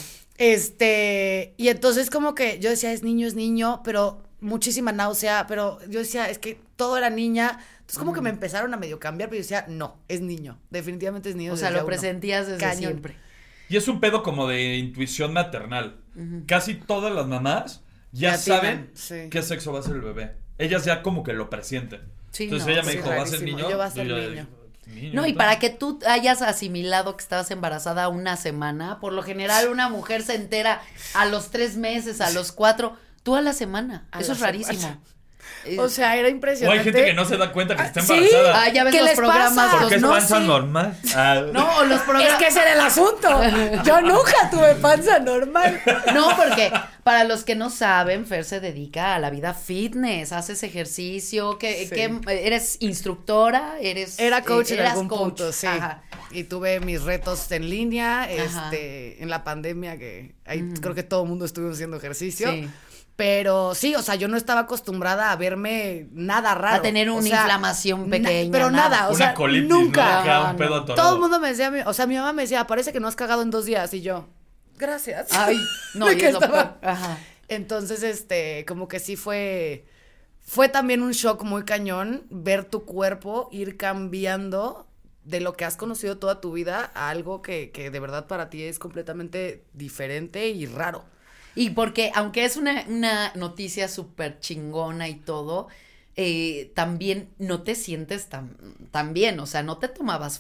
Este, y entonces como que yo decía, es niño, es niño, pero muchísima náusea, pero yo decía, es que todo era niña. Entonces como que me empezaron a medio cambiar, pero yo decía, no, es niño, definitivamente es niño. O sea, desde lo uno. presentías desde Cañón. siempre. Y es un pedo como de intuición maternal. Casi todas las mamás ya, Ya saben tienen, sí. qué sexo va a ser el bebé. Ellas ya como que lo presienten. Sí, Entonces no, ella me sí, dijo, ¿va a ser rarísimo. niño? Yo va a ser ya niño. dije, niño, No, y ¿no? para que tú hayas asimilado que estabas embarazada una semana, por lo general una mujer se entera a los tres meses, a los cuatro, tú a la semana. A Eso la es rarísimo. semana. Eh, O sea, era O impresionante. hay gente que no se da cuenta que está Sí. embarazada. ah, ya ves ¿qué los les programas. pasa? ¿Por qué es no, panza sí. normal? Ah, No, o los Es programas. que ese era el asunto. Yo nunca tuve panza normal. No, porque para los que no saben, Fer se dedica a la vida fitness, haces ejercicio, que, Sí. que eres instructora, eres Era coach en eras algún coach. punto, sí. Ajá. Y tuve mis retos en línea, Ajá. este, en la pandemia, que ahí creo que todo el mundo estuvimos haciendo ejercicio. Sí. Pero sí, o sea, yo no estaba acostumbrada a verme nada raro. A tener O una sea, inflamación na- pequeña, pero nada. nada, o una sea, colitis, nunca. ¿no? Queda No, un pedo no. atorado. Todo el mundo me decía, o sea, mi mamá me decía, parece que no has cagado en dos días. Y yo, gracias. Ay, no, De y que es lo estaba- peor. Ajá. Entonces, este, como que sí fue, fue también un shock muy cañón ver tu cuerpo ir cambiando de lo que has conocido toda tu vida a algo que, que de verdad para ti es completamente diferente y raro. Y porque aunque es una, una noticia súper chingona y todo, eh, también no te sientes tan, tan bien, o sea, no te tomabas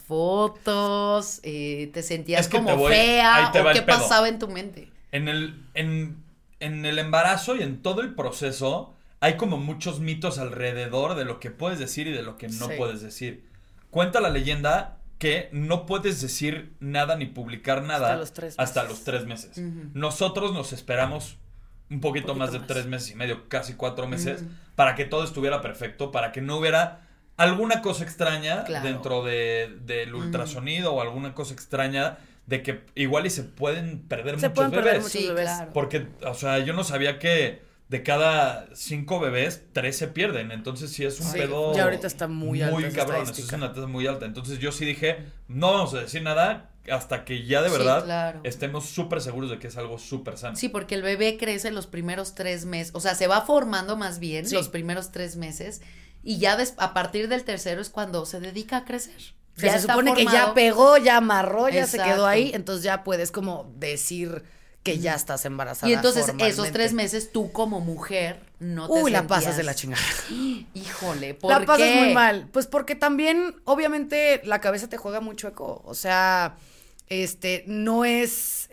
fotos, eh, te sentías Es que como te voy- ahí fea, te o va qué el pedo. pasaba en tu mente. En el, en, en el embarazo y en todo el proceso hay como muchos mitos alrededor de lo que puedes decir y de lo que no Sí. puedes decir. Cuenta la leyenda que no puedes decir nada ni publicar nada Hasta los tres hasta meses. los tres meses. Nosotros nos esperamos un poquito, Un poquito más de más. tres meses y medio, casi cuatro meses, para que todo estuviera perfecto, para que no hubiera alguna cosa extraña Claro. dentro de, del ultrasonido o alguna cosa extraña de que igual y se pueden perder Se muchos pueden perder bebés. muchos Sí, bebés. claro. Porque, o sea, yo no sabía que de cada cinco bebés, tres se pierden. Entonces sí es un Sí, pedo ya ahorita está muy alta esa cabrón. Eso es estadística. una tasa muy alta. Entonces yo sí dije, no vamos a decir nada hasta que ya de Sí, verdad claro. estemos súper seguros de que es algo súper sano. Sí, porque el bebé crece los primeros tres meses, o sea, se va formando más bien Sí. los primeros tres meses y ya des- a partir del tercero es cuando se dedica a crecer. O sea, se está supone que ya formado. pegó, ya amarró, ya se Exacto. quedó ahí, entonces ya puedes como decir que ya estás embarazada. Y entonces esos formalmente. tres meses tú como mujer no te Uy, la sentías- pasas de la chingada. Híjole, ¿por La pasas qué? muy mal. Pues porque también, obviamente, la cabeza te juega mucho eco. O sea, este, no es.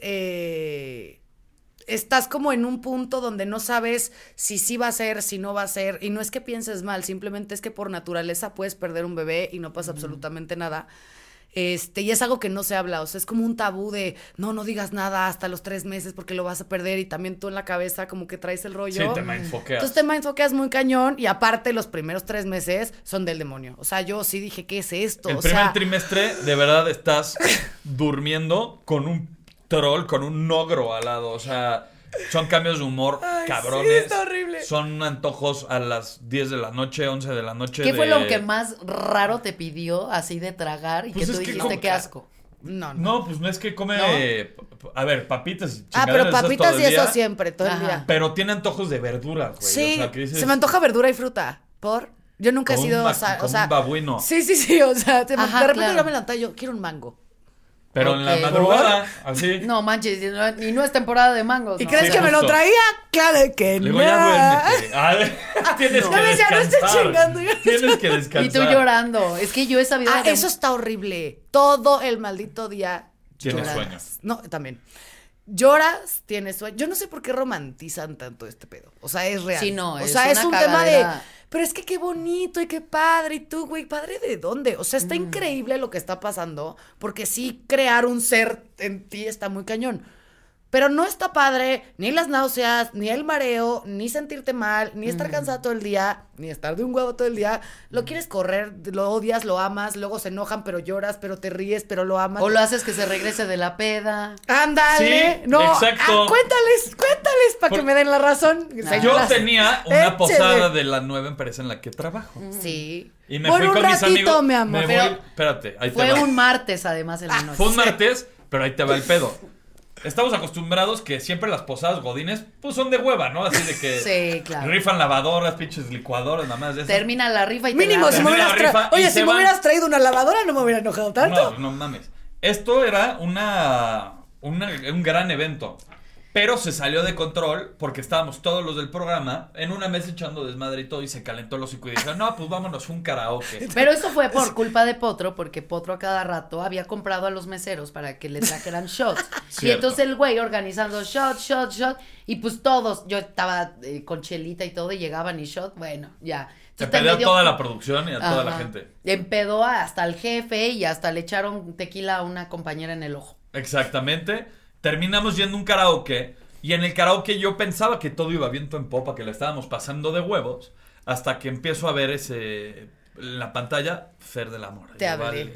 eh, estás como en un punto donde no sabes si sí va a ser, si no va a ser. Y no es que pienses mal, simplemente es que por naturaleza puedes perder un bebé y no pasa absolutamente nada. Este, y es algo que no se habla, o sea, es como un tabú de no, no digas nada hasta los tres meses porque lo vas a perder y también tú en la cabeza como que traes el rollo. Sí, te mindfuckeas. Entonces te mindfuckeas muy cañón y aparte los primeros tres meses son del demonio. O sea, yo sí dije, ¿qué es esto? El o primer sea, trimestre, de verdad, estás durmiendo con un troll, con un ogro al lado, o sea... Son cambios de humor Ay, cabrones. sí, está horrible. Son antojos a las diez de la noche, once de la noche. ¿Qué de... fue lo que más raro te pidió así de tragar y Pues que es tú que dijiste como- qué asco? no, no. No, pues no es que come. ¿No? p- p- A ver, papitas y Ah, chingaderas pero esas papitas todo y el día, eso siempre, todo el Ajá. día. Pero tiene antojos de verduras, güey. Sí, O sea, que dices, se me antoja verdura y fruta. ¿Por? Yo nunca he Como un sido, ma- o sea, como o sea, un babuino. Sí, sí, sí, o sea, se me- Ajá, de repente claro. yo me levanté y yo quiero un mango. Pero en la Ok. madrugada, así. No manches, y no, y no es temporada de mangos. ¿Y ¿no? crees Sí, que me lo justo. traía? Claro que Le no. digo, ya duérmete. A ver, tienes No que me decía, no estés descansar. chingando, yo- Tienes que descansar. Y tú llorando. Es que yo he sabido Ah, de- eso está horrible. Todo el maldito día. Tienes lloras. sueño. No, también. Lloras, tienes sueño. Yo no sé por qué romantizan tanto este pedo. O sea, es real. Sí, no, o es sea, es una un tema de. cagadera. Pero es que qué bonito y qué padre. Y tú, güey, ¿padre de dónde? O sea, está increíble lo que está pasando. Porque sí, crear un ser en ti está muy cañón. Pero no está padre ni las náuseas, ni el mareo, ni sentirte mal, ni estar cansada todo el día, ni estar de un huevo todo el día. Lo quieres correr, lo odias, lo amas, luego se enojan, pero lloras, pero te ríes, pero lo amas. O lo haces que se regrese de la peda. Ándale. Sí, no, exacto. ah, cuéntales, cuéntales para Por- que me den la razón. Yo señoras. tenía una Échele. posada de la nueva empresa en la que trabajo. Sí. Y me Por fui un con mis ratito, amigos. mi amor. Me Pero voy, espérate, ahí te Fue va. un martes, además, en la noche. Fue un martes, pero ahí te va el pedo. Estamos acostumbrados que siempre las posadas godines, pues son de hueva, ¿no? Así de que Sí, claro. rifan lavadoras, pinches licuadoras, nada más de eso. Termina la rifa y te Mínimo, largas. si me Termina hubieras la tra- rifa y Oye, se si me van. hubieras traído una lavadora, no me hubiera enojado tanto. No, no mames. Esto era una, una un gran evento. Pero se salió de control porque estábamos todos los del programa en una mesa echando desmadre y todo y se calentó el hocico y dijeron, no, pues vámonos, fue un karaoke. Pero eso fue por culpa de Potro, porque Potro a cada rato había comprado a los meseros para que le trajeran shots. Y Cierto. entonces el güey organizando shot, shot, shot. Y pues todos, yo estaba eh, con chelita y todo, y llegaban y shot, bueno, ya. Se Entonces, pedía a medio- toda la producción y a toda la Ajá. gente. Empedó hasta al jefe y hasta le echaron tequila a una compañera en el ojo. Exactamente. Terminamos yendo a un karaoke. Y en el karaoke yo pensaba que todo iba viento en popa, que le estábamos pasando de huevos. Hasta que empiezo a ver ese en la pantalla, Fer del Amor. Te Y yo, hablé. vale.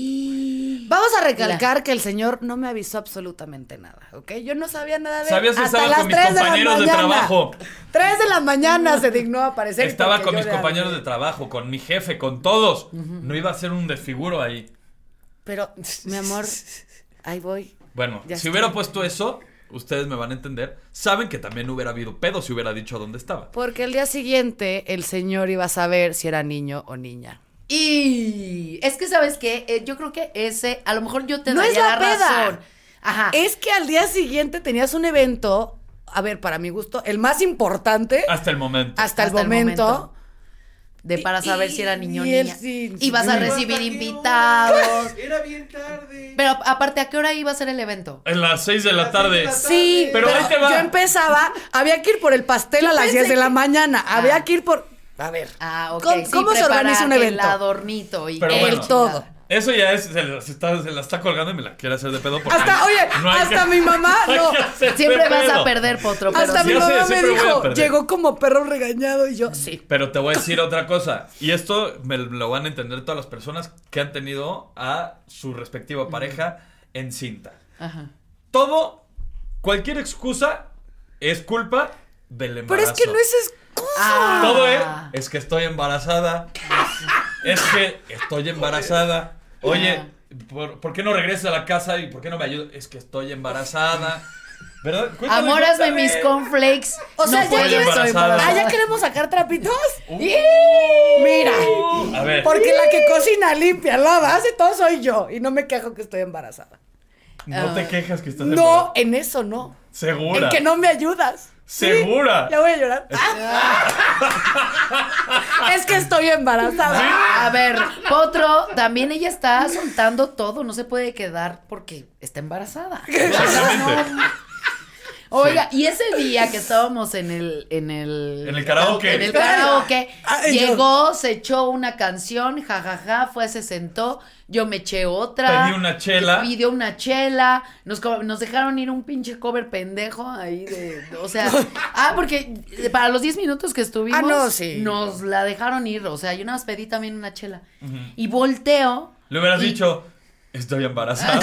Vamos a recalcar que el señor no me avisó absolutamente nada, ¿ok? Yo no sabía nada de él. Sabías que hasta estaba las con mis tres de la compañeros de mañana. trabajo. tres de la mañana se dignó a aparecer. Estaba porque con yo mis le compañeros hablé. de trabajo, con mi jefe, con todos. No iba a ser un desfiguro ahí. Pero, mi amor, ahí voy. Bueno, Ya si estoy. hubiera puesto eso, ustedes me van a entender. Saben que también hubiera habido pedo si hubiera dicho dónde estaba. Porque el día siguiente el señor iba a saber si era niño o niña. Y es que, ¿sabes qué? Eh, yo creo que ese, a lo mejor yo te No daría es la la peda. razón. Ajá. Es que al día siguiente tenías un evento, a ver, para mi gusto, el más importante Hasta el momento. hasta, el Hasta el momento. momento. De para Y- saber si era niño o y él niña. sí- Ibas a sí. recibir invitados. Era bien tarde. Pero aparte, ¿a qué hora iba a ser el evento? En las seis de la Las seis tarde. de la tarde. Sí, Pero pero, ahí te va. yo empezaba, había que ir por el pastel Yo a las pensé diez de la que- mañana, Ah. había que ir por... A ver, Ah, ok. ¿Cómo- sí, cómo se preparar organiza un que evento? El adornito y Pero que bueno. el todo. Eso ya es, se la, se está, se la está colgando y me la quiere hacer de pedo. porque hasta, oye, no hay hasta que- mi mamá, hay no, que hacer Siempre de vas pedo. a perder, Potro, pero hasta sí. mi Ya sé, mamá me siempre voy a dijo, perder. llegó como perro regañado y yo, sí. Pero te voy a decir otra cosa. Y esto me lo van a entender todas las personas que han tenido a su respectiva pareja en cinta. Ajá. Todo, cualquier excusa es culpa del Pero embarazo. es que no es excusa. Ah. Todo es, es que estoy embarazada. Es que estoy embarazada. Oye, ¿por, por qué no regresas a la casa y por qué no me ayudas? Es que estoy embarazada. ¿Verdad? Cuéntame, Amor, hazme cuéntame. mis cornflakes. O sea, no ya puedo, quieres- estoy embarazada. Ah, ¿ya embarazada. queremos sacar trapitos? Uh, Mira, A ver, porque la que cocina, limpia, lava, hace todo soy yo. Y no me quejo que estoy embarazada. no te quejas que estás No, embarazada. en eso no. Segura. En que no me ayudas. ¿Sí? Segura. Ya voy a llorar. Es que estoy embarazada. A ver, Potro, también ella está soltando todo, no se puede quedar porque está embarazada. O sea, Exactamente. no- Oiga, y ese día que estábamos en el, en el, En el karaoke. en el karaoke, Ay, yo- llegó, se echó una canción, jajaja, fue, se sentó, yo me eché otra. Pedí una chela. Pidió una chela, nos, co- nos dejaron ir un pinche cover pendejo ahí de, o sea, ah, porque para los diez minutos que estuvimos, Ah, no, sí. nos la dejaron ir, o sea, yo nada más pedí también una chela. Y volteo. Le hubieras y- dicho, estoy embarazada.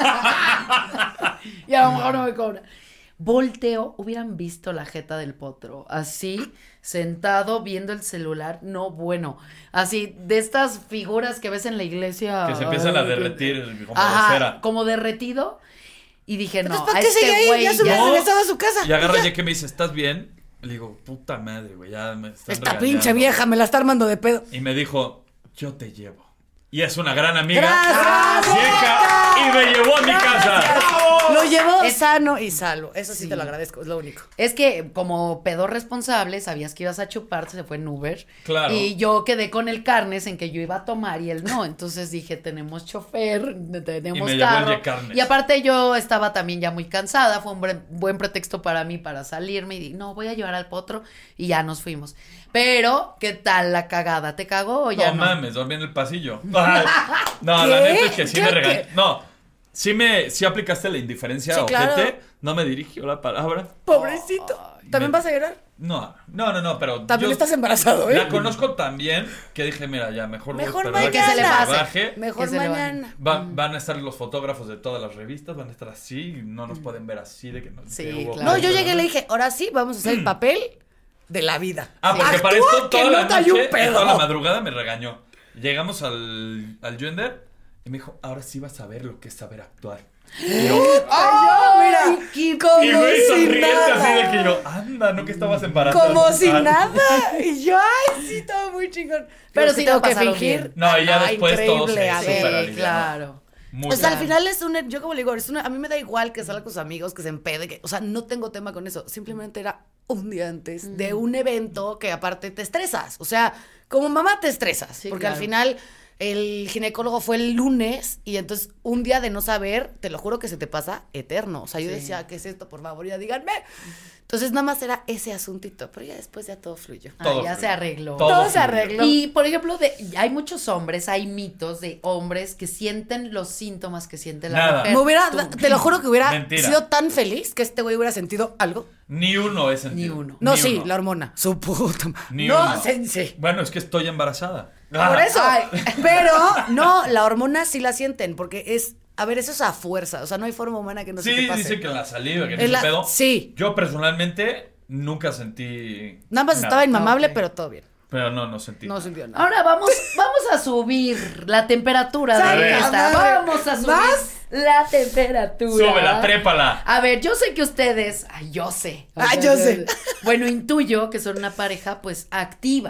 Y a lo mejor no me cobra. Volteo, hubieran visto la jeta del potro, así, sentado, viendo el celular, no, bueno, así, de estas figuras que ves en la iglesia. Que se empiezan a ay, derretir como Ajá, de cera. como derretido, y dije, no, Entonces, ¿para a qué este sigue ahí? güey Ya se hubiera No. regresado a su casa. Y agarra ya que me dice, ¿estás bien? Le digo, puta madre, güey, ya me están Esta regañando". pinche vieja me la está armando de pedo. Y me dijo, yo te llevo. Y es una gran amiga. ¡Gracias! Vieja, y me llevó a mi casa. Lo llevó Es- sano y salvo. Eso sí, Sí. te lo agradezco, es lo único. Es que como pedo responsable, sabías que ibas a chupar, se fue en Uber. Claro. Y yo quedé con el carnes en que yo iba a tomar y él no. Entonces dije, tenemos chofer, tenemos Y me llevó el carro. Yecarnes. Y aparte yo estaba también ya muy cansada, fue un buen, buen pretexto para mí para salirme y dije, no, voy a llevar al potro y ya nos fuimos. Pero, ¿qué tal la cagada? ¿Te cagó o ya No no? mames, dormí en el pasillo. Ay, no, la ¿Qué? neta es que sí ¿Qué? me regañó. ¿Qué? No, sí me, sí aplicaste la indiferencia, Sí, ojete. claro. No me dirigió la palabra. Pobrecito. ¿También me- vas a llorar? No, no, no, no, pero. También yo estás embarazado, ¿eh? La conozco tan bien que dije, mira, ya, mejor voy a Mejor esperar a que se le mañana. pase. baje. Mejor Que se le mañana. Va- van a estar los fotógrafos de todas las revistas, van a estar así, no nos pueden ver así de que no. Sí, que hubo- claro. No, yo llegué y le dije, ahora sí, vamos a hacer el papel de la vida. Ah, porque para Actúa esto que toda no la te hay un noche, y pedo. toda la madrugada me regañó. Llegamos al, al Gender y me dijo, ahora sí vas a ver lo que es saber actuar. Y yo, Ay, yo, mira, como y güey, si sonriente así de nada. que yo, anda, no que estabas embarazada. Como si Ah. nada. Y yo, ay, sí, todo muy chingón. Pero Pero sí sí la tengo que pasaron fingir. bien. No, y ya Ah, después todo increíble, se a súper ver. alivianó. claro. Muy O sea, al bien. final es un, yo como le digo, es una, a mí me da igual que salga con sus amigos, que se empede, que, o sea, no tengo tema con eso, simplemente era un día antes de un evento que aparte te estresas, o sea, como mamá te estresas, Sí, porque claro. al final el ginecólogo fue el lunes y entonces un día de no saber, te lo juro que se te pasa eterno, o sea, yo Sí. decía, ¿qué es esto? Por favor, ya díganme. Entonces nada más era ese asuntito, pero ya después ya todo fluyó. Ah, Todo ya fluyó. se arregló. Todo Todo se fluyó. arregló. Y, por ejemplo, de, hay muchos hombres, hay mitos de hombres que sienten los síntomas que siente la Nada. mujer. Me hubiera, Tú- te lo juro que hubiera Mentira. sido tan feliz que este güey hubiera sentido algo. Ni uno es sentido. Ni uno. No, Ni sí, uno. la hormona. Su puta ma- Ni No, uno. sí, sí. Bueno, es que estoy embarazada. Por Ah. eso. Ay. Pero no, la hormona sí la sienten, porque es, a ver, eso es a fuerza. O sea, no hay forma humana que no se Sí, te pase. dice que en la saliva, que no En sé la- pedo. sí. Yo personalmente nunca sentí. Nada más estaba inmamable, Ok. pero todo bien. Pero no, no sentí. No sintió nada. Ahora vamos, vamos a subir la temperatura de Salga, esta. madre. Vamos a subir ¿Más? la temperatura. Súbela, trépala. A ver, yo sé que ustedes, ay, yo sé. Ah, yo sé. Bueno, intuyo que son una pareja, pues, activa.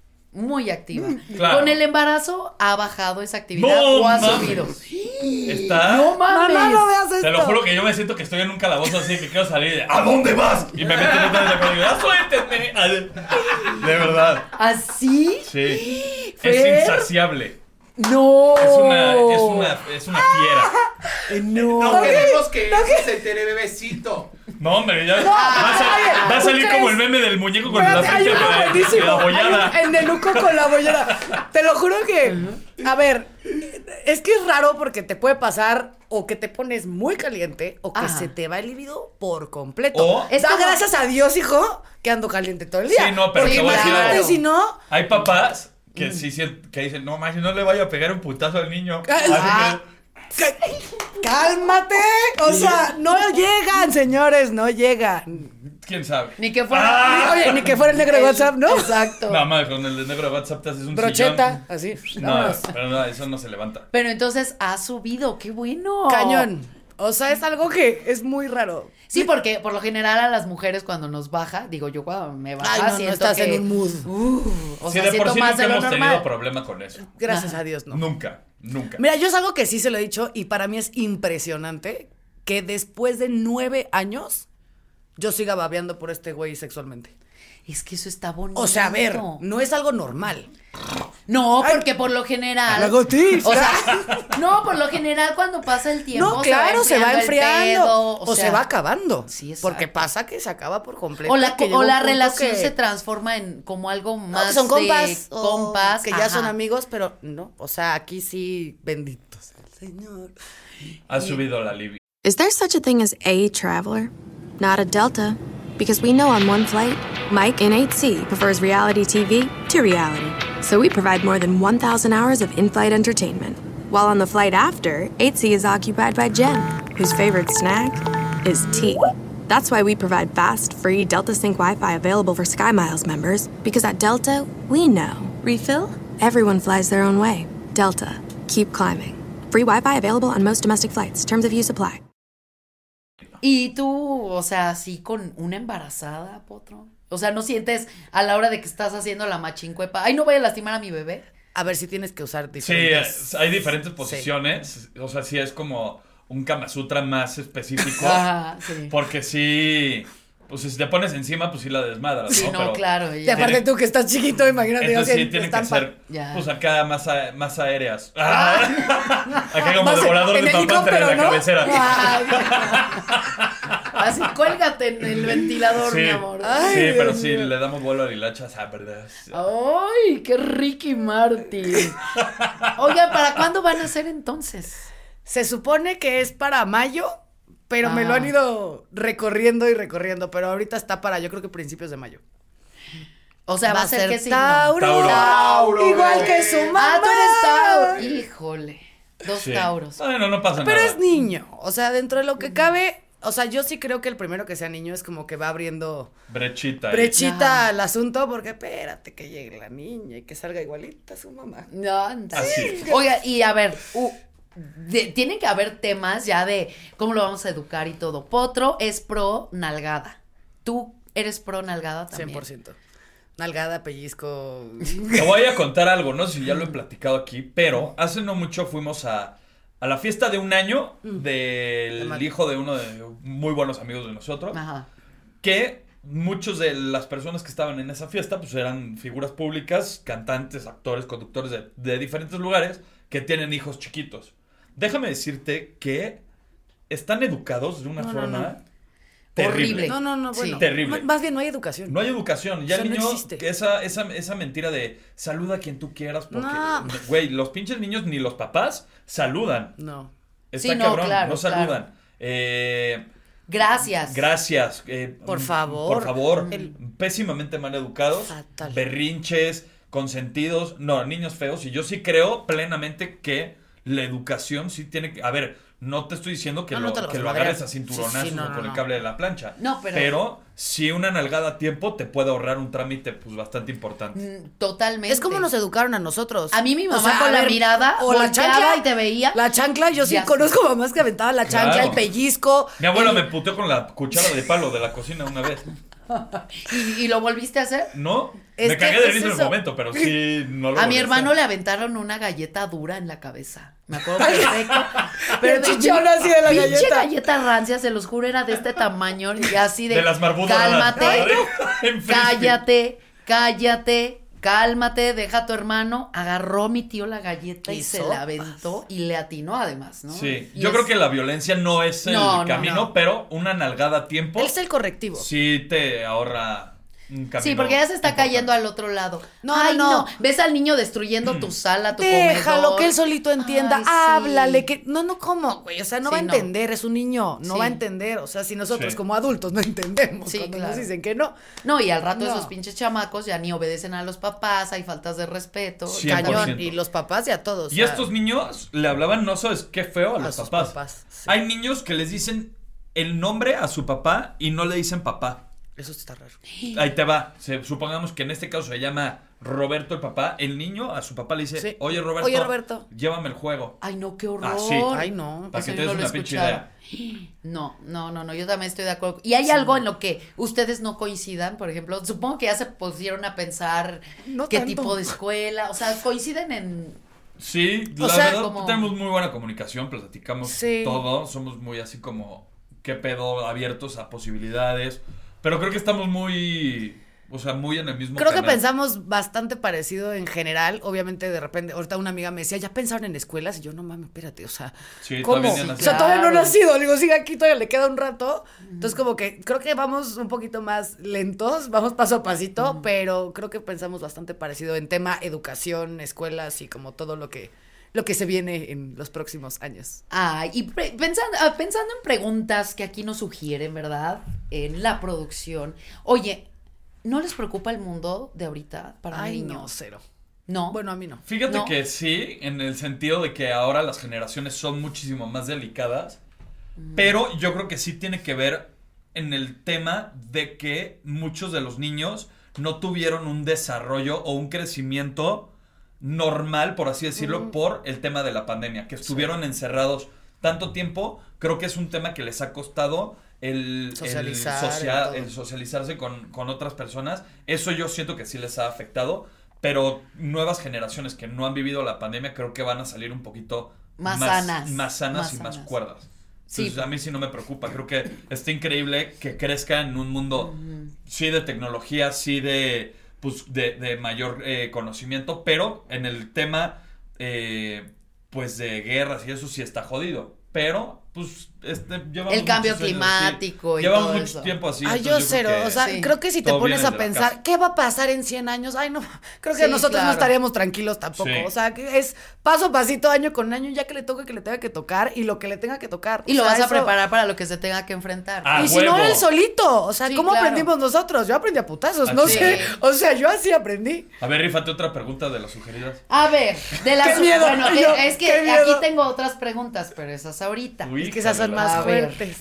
Muy activa. Claro. Con el embarazo ha bajado esa actividad No o ha mames. subido. Está. No mames. Mamá, no veas esto. Te lo juro que yo me siento que estoy en un calabozo así que quiero salir de ¿a dónde vas? Y me meten otra vez de acuerdo y digo, ¡ah, suéltenme! Ah, de verdad. ¿Así? Sí. Fer. Es insaciable. No. Es una, es una, es una fiera. No. No queremos que eso se entere, bebecito. No, hombre, ya va a, sal- va a salir como el meme del muñeco con la Espérate, hay frente uno de, de buenísimo. la Hay bollada. un- el nenuco con la bollada. Te lo juro que, a ver, es que es raro porque te puede pasar o que te pones muy caliente o que Ajá. se te va el libido por completo. O- Es Es como- gracias a Dios, hijo, que ando caliente todo el día. Sí, no, pero porque te voy a decir imagínate algo. si no. Hay papás que sí sien- que dicen, no manches, no le vaya a pegar un putazo al niño. Ah. Así que, Cá- ¡Cálmate! O sea, no llegan, señores, no llegan. quién sabe. Ni que fuera. Ah. Oye, ni que fuera el negro de WhatsApp, ¿no? Exacto. No, más con el negro de WhatsApp te haces un Brocheta, así. sillón. No, vámonos. pero no, eso no se levanta. Pero entonces ha subido, qué bueno. Cañón. O sea, es algo que es muy raro. Sí, porque por lo general a las mujeres cuando nos baja, digo yo cuando me baja Ay, no, no siento estás que, en un mood. uh, o Si sea, de por siento sí más nunca de lo hemos tenido normal. problema con eso. Gracias a Dios, no. Nunca, nunca. Mira, yo es algo que sí se lo he dicho y para mí es impresionante que después de nueve años yo siga babeando por este güey sexualmente. Es que eso está bonito. O sea, a ver, no es algo normal. No, Ay, porque por lo general. la gotis. O sea, no, por lo general cuando pasa el tiempo. No, claro, se va enfriando. el pedo, o sea, se va acabando. Sí, exacto. Porque pasa que se acaba por completo. O la, que llega o un la punto relación que- se transforma en como algo No, más que son compas. de o compas. Que ya son ajá. amigos, pero no. O sea, aquí sí, bendito sea el Señor. Ha subido la Libby. Is there such a thing as a traveler? Not a Delta. Because we know on one flight, Mike in eight C prefers reality T V to reality. So we provide more than one thousand hours of in-flight entertainment. While on the flight after, eight C is occupied by Jen, whose favorite snack is tea. That's why we provide fast, free Delta Sync Wi-Fi available for SkyMiles members. Because at Delta, we know. Refill? Everyone flies their own way. Delta. Keep climbing. Free Wi-Fi available on most domestic flights. Terms of use apply. Y tú, o sea, así con una embarazada, Potro. O sea, ¿no sientes a la hora de que estás haciendo la machincuepa? Ay, no voy a lastimar a mi bebé. A ver si tienes que usar Sí, diferentes. es- hay diferentes posiciones. O sea, sí es como un Kama Sutra más específico. Ajá, sí. Porque sí. Pues si te pones encima, pues sí la desmadras, Sí, ¿no? no, Pero- claro. Y ya. aparte tú que estás chiquito, imagínate. Entonces o sea, sí tienen que estampa. ser, Ya. pues acá más, a- más aéreas. Ah. Acá como Más devorador en de papá entre helicóptero, la ¿no? cabecera. Ay. Así cuélgate en el ventilador, Sí, mi amor. Ay, sí, Dios pero sí, mío. le damos vuelo a la hilacha, ah, verdad. Ay, qué Ricky Martin. Oigan, ¿para cuándo van a hacer entonces? Se supone que es para mayo, pero me lo Ah. han ido recorriendo y recorriendo. Pero ahorita está para, yo creo que principios de mayo. O sea, va, a ser qué signo. Tauro. Tauro. Tauro, Igual bebé. que su mamá. Ah, tú eres Tauro. Híjole. Dos Sí. Tauros. Bueno, no pasa Pero nada. es niño. O sea, dentro de lo que cabe. O sea, yo sí creo que el primero que sea niño es como que va abriendo Brechita. ahí. brechita Ajá. al asunto. Porque espérate que llegue la niña y que salga igualita a su mamá. No, anda. Así. Oiga, y a ver, uh, de- tienen que haber temas ya de cómo lo vamos a educar y todo. Potro es pro nalgada. ¿Tú eres pro nalgada también? cien por ciento. Nalgada, pellizco. Te voy a contar algo, no sé si ya lo he platicado aquí, pero hace no mucho fuimos a, a la fiesta de un año del De Matt. hijo de uno de muy buenos amigos de nosotros, Ajá. que muchos de las personas que estaban en esa fiesta pues eran figuras públicas, cantantes, actores, conductores de, de diferentes lugares que tienen hijos chiquitos. Déjame decirte que están educados de una No, no, forma no. terrible. Horrible. No, no, no, Sí. bueno. Terrible. M- Más bien no hay educación. No hay educación. Ya O sea, el no niño, existe. que esa, esa, esa mentira de saluda a quien tú quieras, porque, No. güey, los pinches niños ni los papás saludan. No. Está Sí, no, cabrón, claro, no saludan. Eh, Gracias. gracias. eh, Por mm, favor. Por favor. El- Pésimamente mal educados. Fatal. Berrinches, consentidos. No, niños feos. Y yo sí creo plenamente que la educación sí tiene que. A ver, no te estoy diciendo que No, lo, no te lo que vas lo a madrear. agarres a cinturonazos Sí, sí, no, o no, con el no. cable de la plancha. No, pero- Pero si una nalgada a tiempo te puede ahorrar un trámite pues bastante importante. Mm, Totalmente. Es como nos educaron a nosotros. A mí mi O mamá sea, con a la ver, mirada o la volteaba chancla y te veía. La chancla, yo sí Ya sé. conozco mamás que aventaban la chancla, Claro. el pellizco. Mi abuela el- me puteó con la cuchara de palo de la cocina una vez. ¿Y, y lo volviste a hacer? ¿No? Es me que cagué de es risa en el eso. momento, pero sí no lo A volví mi hermano hacer. le aventaron una galleta dura en la cabeza. Me acuerdo perfecto. El chichón así de la pinche galleta. galleta rancia, se los juro, era de este tamaño y así de. De las marbudas. Cálmate, Ay, no. En frisbee. cállate, cállate, cálmate, deja a tu hermano. Agarró mi tío la galleta y, Y se sopas. la aventó y le atinó además, ¿no? Sí, Y yo es- creo que la violencia no es el No, no, camino, no. pero una nalgada a tiempo Él es el correctivo. sí te ahorra un camino. Sí, porque ya se está importante. cayendo al otro lado. No, Ay, no, no, no. Ves al niño destruyendo tu sala, tu Déjalo comedor. que él solito entienda, Ay, sí. háblale, que no, no, ¿cómo, güey? O sea, no Sí, va a no. entender, es un niño, no Sí. va a entender. O sea, si nosotros Sí. como adultos no entendemos Sí, cuando claro. nos dicen que no, No, y al rato No. esos pinches chamacos ya ni obedecen a los papás, hay faltas de respeto. cien por cañón. ciento. Y los papás y a todos. Y o sea, estos niños le hablaban, no sabes qué feo, a los sus papás. papás, sí. Hay niños que les dicen el nombre a su papá y no le dicen papá. Eso está raro. Ahí te va. Se- supongamos que en este caso se llama Roberto el papá. El niño a su papá le dice, Sí. oye Roberto, Oye, Roberto. llévame el juego. Ay, no, qué horror. Ah, sí. Ay, no. Para Eso que yo te des no lo he una pinche escuchado. idea. No, no, no, no, yo también estoy de acuerdo. ¿Y hay algo en lo que ustedes no coincidan? Por ejemplo, supongo que ya se pusieron a pensar No qué tanto. tipo de escuela, o sea, coinciden en... Sí, O la sea, verdad como- tenemos muy buena comunicación, platicamos Sí. todo, somos muy así como qué pedo, abiertos a posibilidades, pero creo que estamos muy o sea, muy en el mismo Creo canal. que pensamos bastante parecido en general. Obviamente, de repente, ahorita una amiga me decía, ¿ya pensaron en escuelas? Y yo, no mames, espérate, o sea, Sí, ¿cómo? todavía ni han O sea, nacido. todavía no he Claro. nacido. Le digo, sigue aquí, todavía le queda un rato. Entonces, como que creo que vamos un poquito más lentos, vamos paso a pasito, pero creo que pensamos bastante parecido en tema educación, escuelas y como todo lo que, lo que se viene en los próximos años. Ay, y pre- pensando, ah, pensando en preguntas que aquí nos sugieren, ¿verdad? En la producción. Oye, ¿no les preocupa el mundo de ahorita para Ay, niños? no, cero. No. Bueno, a mí no. Fíjate No. que sí, en el sentido de que ahora las generaciones son muchísimo más delicadas, pero yo creo que sí tiene que ver en el tema de que muchos de los niños no tuvieron un desarrollo o un crecimiento normal, por así decirlo, por el tema de la pandemia, que estuvieron encerrados tanto tiempo. Creo que es un tema que les ha costado el, el, Socializar, socia- el el todo. socializarse con, con otras personas. Eso yo siento que sí les ha afectado, pero nuevas generaciones que no han vivido la pandemia creo que van a salir un poquito Más sanas. más sanas Más y más sanas. cuerdas. Sí. Entonces, a mí sí no me preocupa. Creo que está increíble que crezca en un mundo, sí de tecnología, sí de, pues, de, de mayor eh, conocimiento, pero en el tema, eh, pues, de guerras y eso sí está jodido. Pero, pues, este, llevamos El cambio muchos años climático así. y Llevamos todo mucho eso. tiempo así. Ay, entonces yo creo cero, que o sea, Sí. creo que si te todo pones viene a de la pensar, casa. ¿qué va a pasar en cien años? Ay, no, creo que Sí, nosotros claro. no estaríamos tranquilos tampoco, Sí. o sea, que es paso a pasito, año con año, ya que le toque que le tenga que tocar y lo que le tenga que tocar. Y O lo sea, vas a eso- preparar para lo que se tenga que enfrentar. Ah, Y si no, huevo. él solito, o sea, Sí, ¿cómo claro. aprendimos nosotros? Yo aprendí a putazos, no Así sé, es. o sea, yo así aprendí. A ver, rífate otra pregunta de las sugeridas. A ver, de las ¡Qué miedo! bueno, Ay, yo, eh, es que qué miedo. aquí tengo otras preguntas, pero esas ahorita. Uy, Es que esas son híjole, más A ver. fuertes.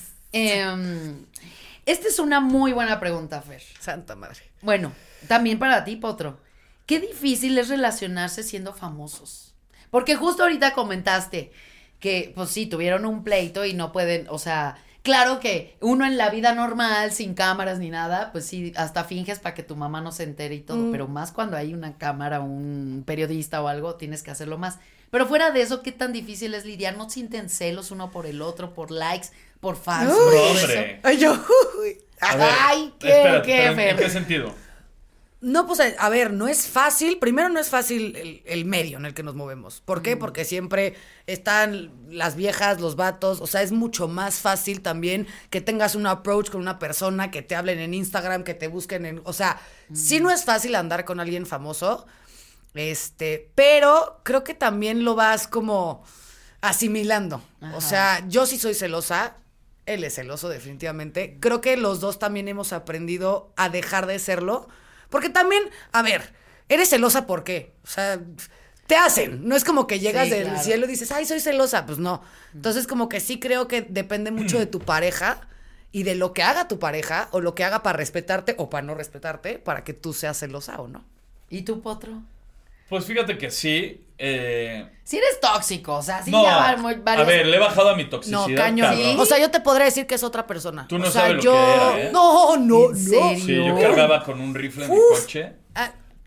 Em, esta es una muy buena pregunta, Fer. Santa madre. Bueno, también para ti, Potro. Qué difícil es relacionarse siendo famosos. Porque justo ahorita comentaste que, pues sí, tuvieron un pleito y no pueden, o sea, claro que uno en la vida normal, sin cámaras ni nada, pues sí, hasta finges para que tu mamá no se entere y todo, pero más cuando hay una cámara, un periodista o algo, tienes que hacerlo más. Pero fuera de eso, ¿qué tan difícil es lidiar? ¿No sienten celos uno por el otro, por likes, por fans? Uy. por todo Hombre. eso? Ay, yo, uy. A ver, Ay, qué, espérate, qué, pero ¿en- Fer. ¿en qué sentido? No, pues a, a ver, no es fácil. Primero, no es fácil el, el medio en el que nos movemos. ¿Por qué? Porque siempre están las viejas, los vatos. O sea, es mucho más fácil también que tengas un approach con una persona, que te hablen en Instagram, que te busquen en. O sea, sí no es fácil andar con alguien famoso. Este, pero creo que también lo vas como asimilando. Ajá. O sea, yo sí soy celosa. Él es celoso, definitivamente. Creo que los dos también hemos aprendido a dejar de serlo. Porque también, a ver, eres celosa ¿por qué? O sea, te hacen. No es como que llegas Sí, del claro. cielo y dices, ay, soy celosa. Pues no. Entonces, como que sí creo que depende mucho de tu pareja y de lo que haga tu pareja o lo que haga para respetarte o para no respetarte, para que tú seas celosa o no. ¿Y tú, Potro? Pues fíjate que sí. Eh, Si eres tóxico, o sea, si no, ya va muy- a varios... ver, le he bajado a mi toxicidad. No, caño. cabrón. O sea, yo te podré decir que es otra persona. Tú no o sea, sabes lo yo... que era, ¿eh? No, no, ¿En no. serio? Sí, yo cargaba con un rifle en mi Uf. coche. Ah,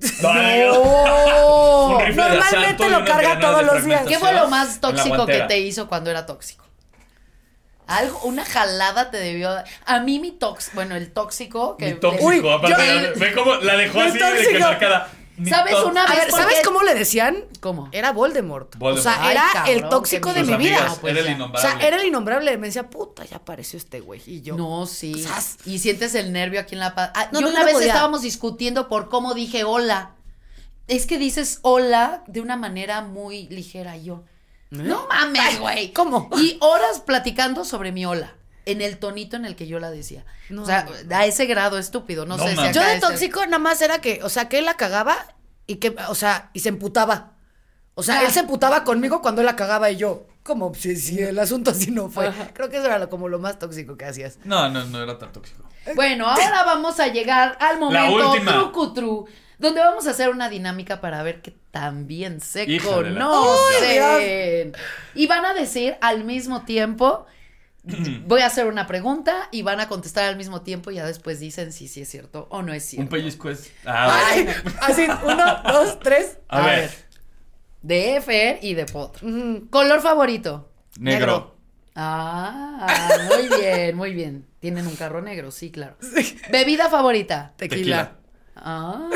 No. Un rifle de Normalmente asalto y lo una carga granada todos de los días. fragmentación ¿Qué fue lo más en la tóxico que guantera. te hizo cuando era tóxico? Algo, una jalada te debió... A mí mi tóxico, bueno, el tóxico que... Mi tóxico, Uy, aparte, yo- ve cómo la dejó Mi así de que tóxico. marcada. Mi ¿Sabes tó- una A vez ver, ¿sabes porque- cómo le decían? ¿Cómo? Era Voldemort. Voldemort. O sea, Ay, era cabrón, el tóxico qué de Sus mi vida. amigas, pues era el ya. O innombrable. sea, era el innombrable. Me decía, puta, ya apareció este güey. Y yo. No, sí. ¡Sas! Y sientes el nervio aquí en la paz. Ah, No, yo no, una no vez podía. estábamos discutiendo por cómo dije hola. Es que dices hola de una manera muy ligera. Y yo, no mames, güey. ¿Cómo? Y horas platicando sobre mi hola. En el tonito en el que yo la decía. No. O sea, a ese grado estúpido. No, No sé si mames. Yo acá de ese- tóxico nada más era que, o sea, que él la cagaba y que, o sea, y se emputaba. O sea, Ah. él se emputaba conmigo cuando él la cagaba y yo, como si, si el asunto así no fue. Ajá. Creo que eso era lo, como lo más tóxico que hacías. No, no, no era tan tóxico. Bueno, ahora vamos a llegar al momento última. trucutru, donde vamos a hacer una dinámica para ver que también se Hija de la- conocen. Y van a decir al mismo tiempo, voy a hacer una pregunta y van a contestar al mismo tiempo y ya después dicen si sí es cierto o no es Un cierto. pellizco es. Ah, Ay, bueno. así, uno, dos, tres. A, a ver. ver. De Fer y de Potro. Ujú. Color favorito. Negro. Ah, muy bien, muy bien. Tienen un carro negro, sí, claro. Bebida favorita. Tequila. Tequila. Ah.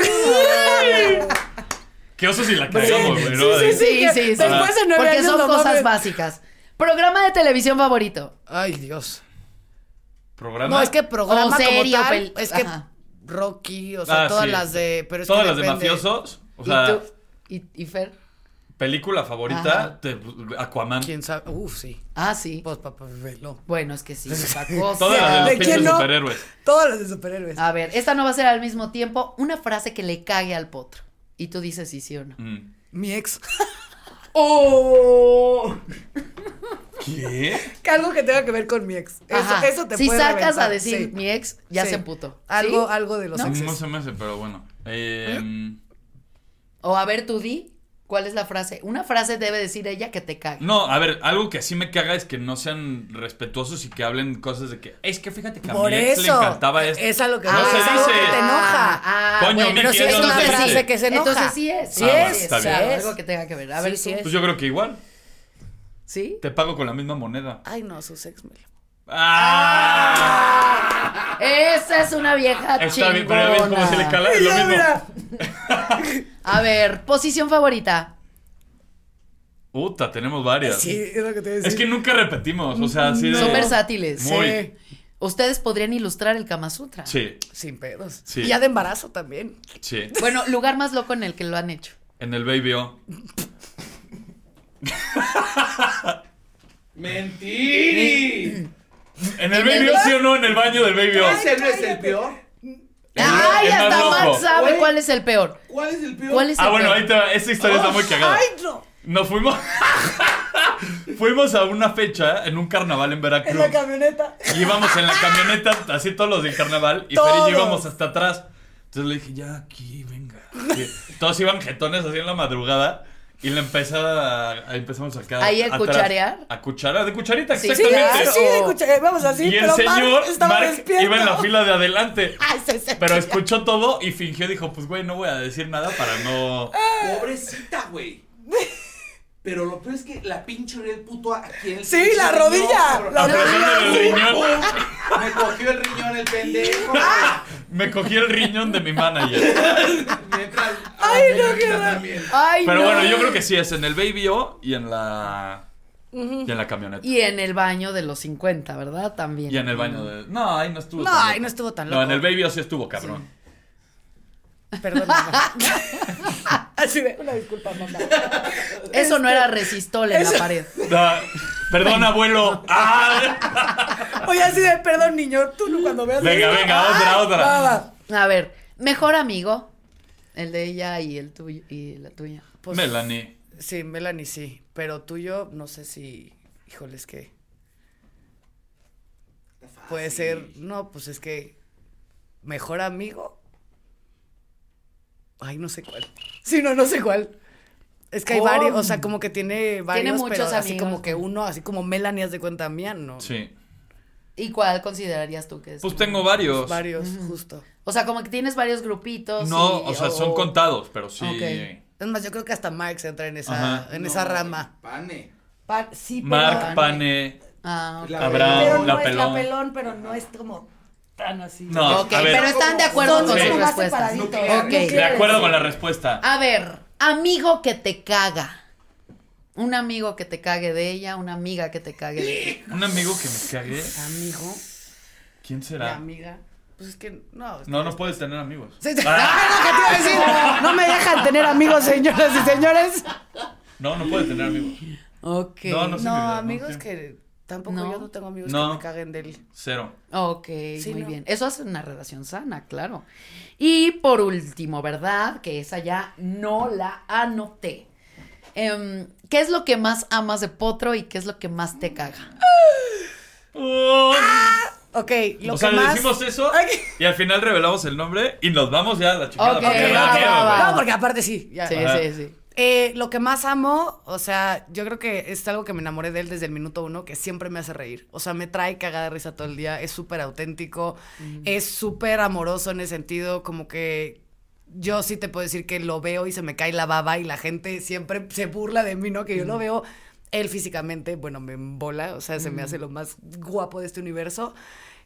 Qué oso si la cagamos, güey, ¿no? Sí, sí, sí. Sí, que sí, sí. después de nueve Porque años son no cosas mames. básicas. Programa de televisión favorito. Ay, Dios. Programa. No, es que programa O serie, como o tal, pel- es que Ajá. Rocky, o sea, Ah, todas sí. las de... Pero es Todas que las de depende. mafiosos. O ¿Y sea, tú? ¿Y, y Fer? película favorita, Ajá. te- Aquaman. ¿Quién sabe? Uf, sí. Ah, sí. Pues papá, velo. Bueno, es que sí, otra cosa. Todas las de los ¿De quién pinches no? superhéroes. Todas las de superhéroes. A ver, esta no va a ser al mismo tiempo. Una frase que le cague al potro. Y tú dices sí, sí o no. Mm. Mi ex. ¡Oh! ¿Qué? Que algo que tenga que ver con mi ex. Eso, Ajá. eso te si puede sacas reventar, a decir sí. mi ex, ya Sí. se emputó. Algo, ¿Sí? algo de los ¿No? exes. No se me hace, pero bueno. Eh, O a ver, tú di, ¿cuál es la frase? Una frase debe decir ella que te cague. No, a ver, algo que sí me caga es que no sean respetuosos y que hablen cosas de que es que fíjate que a Por mi ex eso. le encantaba esto. Es a lo que No voy. se Es algo dice. que te enoja. Ah, Coño, bueno, Miki, pero sí eso es no una se dice. frase que se enoja. Entonces sí es. Sí Ah, bueno, es. está O sea, bien. algo que tenga que ver. A ver, Sí, sí tú. es. Pues yo creo que igual. ¿Sí? Te pago con la misma moneda. Ay, no, sus ex me lo... ¡Ah! Esa es una vieja Está bien, pero ya ves cómo se le cala. Es lo Ya, mismo. mira. A ver, posición favorita. Puta, tenemos varias. Sí, es lo que te voy a decir. Es que nunca repetimos, o sea, así de... Son versátiles. Muy. Sí. Ustedes podrían ilustrar el Kama Sutra. Sí, Sin pedos. Sí. Y ya de embarazo también. sí. Bueno, lugar más loco en el que lo han hecho. En el Baby O. ¡Mentiri! ¿En el Baby O sí o no? En el baño del Baby O. ¿Ese no es el peor? El- Ay, el más hasta loco. Max sabe Güey. cuál es el peor. ¿Cuál es el peor? ¿Cuál es el Ah, bueno, peor? ahí te va. Esta historia está muy cagada. Ay, no. Nos fuimos... Fuimos a una fecha en un carnaval en En Veracruz. la camioneta. Y íbamos en la camioneta, así todos los del carnaval. Y Fer y Todos. yo íbamos hasta atrás. Entonces le dije, ya aquí, venga. Y todos iban jetones así en la madrugada. Y le empezaba a, a- empezamos a quedar ¿Ahí a atrás. cucharear? A cucharear, de cucharita, Sí, Sí, exactamente. así de cucha- Vamos así, y el pero señor, Mark estaba Mark, despierto. iba en la fila de adelante. Ay, se, se- Pero escuchó todo y fingió, dijo, pues güey, no voy a decir nada para no... Pobrecita, güey. Pero lo peor es que la pinche el puto aquí en el Sí, pinche la riñón, rodilla, cabrón. la Apretándole el riñón. Me cogió el riñón el pendejo. Me cogí el riñón de mi manager. Mientras. Ay, no, mientras qué raro. también. Ay, Pero no. bueno, yo creo que sí es en el Baby O y en la... Y en la camioneta. Y en el baño de los cincuenta, ¿verdad? También. Y en el baño de... No, ahí no estuvo No, tan ahí loco. no estuvo tan No, loco. en el Baby O sí estuvo, cabrón. Perdón, mamá. Así de, una disculpa, mamá. Eso no era resistol en la pared. Ah, perdón, abuelo. Ah. Oye, así de, perdón, niño, tú no cuando veas... Venga, eso- venga, otra, otra. Va, va. A ver, mejor amigo. El de ella y el tuyo y la tuya. Pues, Melanie. Sí, Melanie sí, pero tuyo no sé si, híjole, es que puede ser, no, pues es que mejor amigo. Ay, no sé cuál. Sí, no, no sé cuál. Es que hay ¿Cómo? varios, o sea, como que tiene varios, muchos pero así amigos. como que uno, así como Melanie, haz de cuenta mía, no. Sí. ¿Y cuál considerarías tú que es? Pues tu- tengo varios. Varios, justo. O sea, como que tienes varios grupitos. No, y- o sea, son contados, pero sí. Ok. Es más, yo creo que hasta Marx entra en esa, Ajá. en esa No, rama. Pane. Pa- sí, pero, Mark, Pane, Ah, ok. La- Abraham, pero la no es pelón. la pelón, pero no es como tan así. No, Ok, a ver. pero están de acuerdo Son con Sí. sus como más respuestas. separaditos. Ok. De acuerdo con la respuesta. A ver, amigo que te caga. Un amigo que te cague de ella, una amiga que te cague de ella. Un amigo que me cague. Amigo, ¿Quién mi será? amiga. Pues es que, no. es que- No, no puedes tener amigos. Sí, sí. Ah, Ah, lo que te iba a decir. No me dejan tener amigos, señoras y señores. no, no puedes tener amigos. Ok. No, no sé. No, mi vida, amigos sí. que tampoco No. yo no tengo amigos No. que me caguen de él. Cero. Ok, Sí, muy no. bien. Eso hace una relación sana, claro. Y por último, ¿verdad? Que esa ya no la anoté. Em, ¿Qué es lo que más amas de Potro y qué es lo que más te caga? Oh. Ok, lo o que sea, le más... decimos eso Ay. y al final revelamos el nombre y nos vamos ya a la chingada. Ok, porque ok, no va, quiero, va, güey. va. No, porque aparte sí. Ya. Sí, Ajá. sí, sí. Eh, lo que más amo, o sea, yo creo que es algo que me enamoré de él desde el minuto uno, que siempre me hace reír. O sea, me trae cagada de risa todo el día, es súper auténtico, es súper amoroso en ese sentido, como que yo sí te puedo decir que lo veo y se me cae la baba y la gente siempre se burla de mí, ¿no? Que yo lo veo, él físicamente, bueno, me embola, o sea, se me hace lo más guapo de este universo.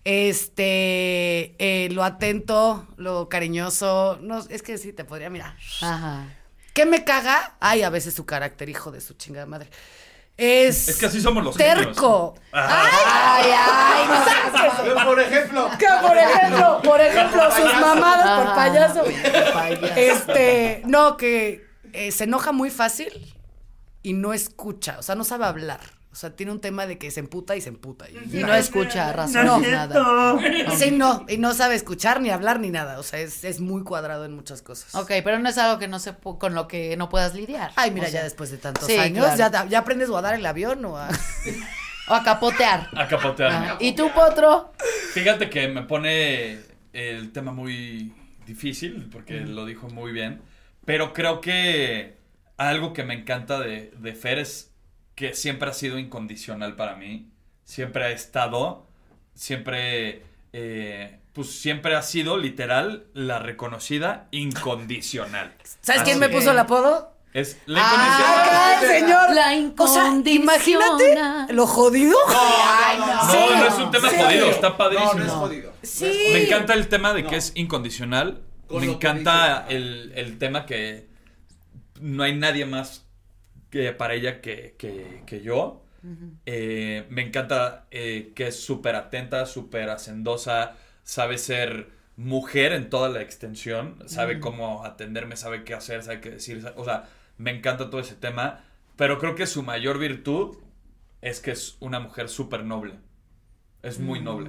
Este, eh, lo atento, lo cariñoso. No, es que sí, te podría mirar. Ajá. ¿Qué me caga? Ay, a veces su carácter, hijo de su chingada madre. Es, Es que así somos los terco. Ajá. Ay, ay, no sabes. Pero, por ejemplo. Que por ejemplo, por ejemplo, sus Payaso. mamadas por Ajá. payaso. Payaso. Este, no, que eh, se enoja muy fácil y no escucha, o sea, no sabe hablar. O sea, tiene un tema de que se emputa y se emputa. Y, Y no escucha razones, No. nada. sí, no, y no sabe escuchar ni hablar ni nada. O sea, es, es muy cuadrado en muchas cosas. Ok, pero no es algo que no se pu- con lo que no puedas lidiar. Ay, mira, O sea, ya después de tantos sí, años, claro. ya, da- ya aprendes o a dar el avión o a... O a capotear. A capotear. Ajá. ¿Y tú, Potro? Fíjate que me pone el tema muy difícil, porque lo dijo muy bien, pero creo que algo que me encanta de, de Fer es que siempre ha sido incondicional para mí, siempre ha estado, siempre, eh, pues siempre ha sido literal la reconocida incondicional. ¿Sabes quién Así me puso el apodo? Es la incondicional. ¡Ay, señor! La O sea, incondicional. imagínate lo jodido. Ay, no. No, Sí, no es un tema sí. jodido, está No, padrísimo. no es jodido. Sí. No es jodido. Me encanta el tema de que No. es incondicional. Con Me lo que encanta dices. el, el tema que no hay nadie más que para ella que, que, que yo. Eh, me encanta eh, que es súper atenta, súper hacendosa, sabe ser mujer en toda la extensión, sabe cómo atenderme, sabe qué hacer, sabe qué decir. sabe- o sea, me encanta todo ese tema. Pero creo que su mayor virtud es que es una mujer súper noble. Es muy noble.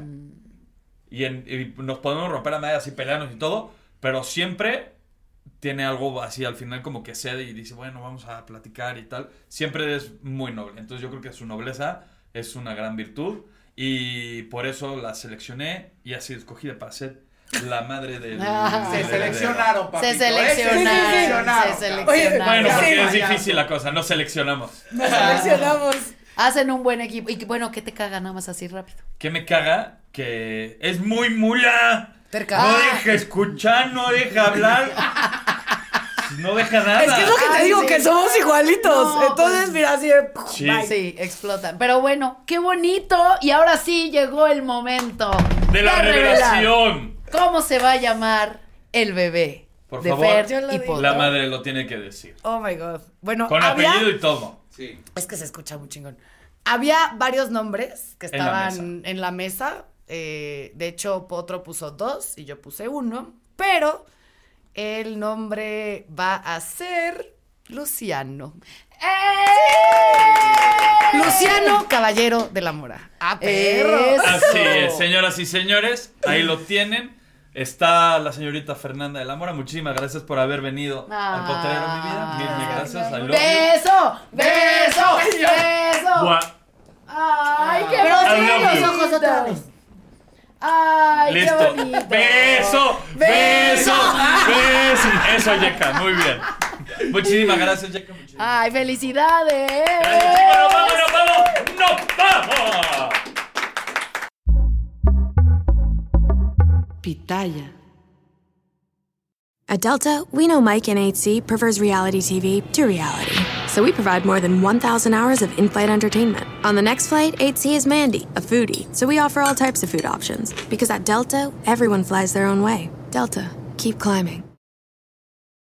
Y, en- y nos podemos romper a madre así, pelearnos y todo, pero siempre tiene algo así al final como que cede y dice, bueno, vamos a platicar y tal. Siempre es muy noble. Entonces yo creo que su nobleza es una gran virtud y por eso la seleccioné y ha sido escogida para ser la madre del... Ah. Se del seleccionaron, papito. Se ¿eh? seleccionaron. Se cabrón. seleccionaron. Bueno, porque Sí, es payaso. difícil la cosa, no seleccionamos. Nos seleccionamos. Hacen un buen equipo. Y bueno, ¿qué te caga nada más así rápido? ¿Qué me caga? Que es muy mula. Terca. No Ah. deja escuchar, no deja hablar. No deja nada. Es que es lo que te Ay, digo, sí. que somos igualitos. No, Entonces, pues- mira, así de... Sí. bye. Sí, explotan. Pero bueno, qué bonito. Y ahora sí llegó el momento De la revelar revelación. ¿Cómo se va a llamar el bebé? Por de favor, Fer yo lo y digo. Potro. La madre lo tiene que decir. Oh my God. Bueno, Con había... apellido y todo. Sí. Es que se escucha muy chingón. Había varios nombres que En la estaban en la mesa. eh, de hecho, Potro puso dos y yo puse uno. Pero el nombre va a ser Luciano. ¡Eh! Luciano Caballero de la Mora. ¡Ah, perro! Eso. Así es, señoras y señores, ahí lo tienen. Está la señorita Fernanda de la Mora. Muchísimas gracias por haber venido al potrero, mi vida. Mil, mil gracias. I love you. ¡Beso! ¡Beso! ¡Beso! Gua- ¡Ay, qué Pero I love bonito! you. los ojos otra vez. ¡Ay, Listo. qué bonito! Beso, beso, beso. Eso, Yeka, muy bien. Muchísimas gracias, Yeka. Muchísimas ¡Ay, felicidades! gracias, chicos. ¡Nos vamos, nos vamos! ¡Nos vamos! Pitaya. At Delta, we know Mike in eight C prefers reality T V to reality. So we provide more than one thousand hours of in-flight entertainment. On the next flight, eight C is Mandy, a foodie. So we offer all types of food options. Because at Delta, everyone flies their own way. Delta, keep climbing.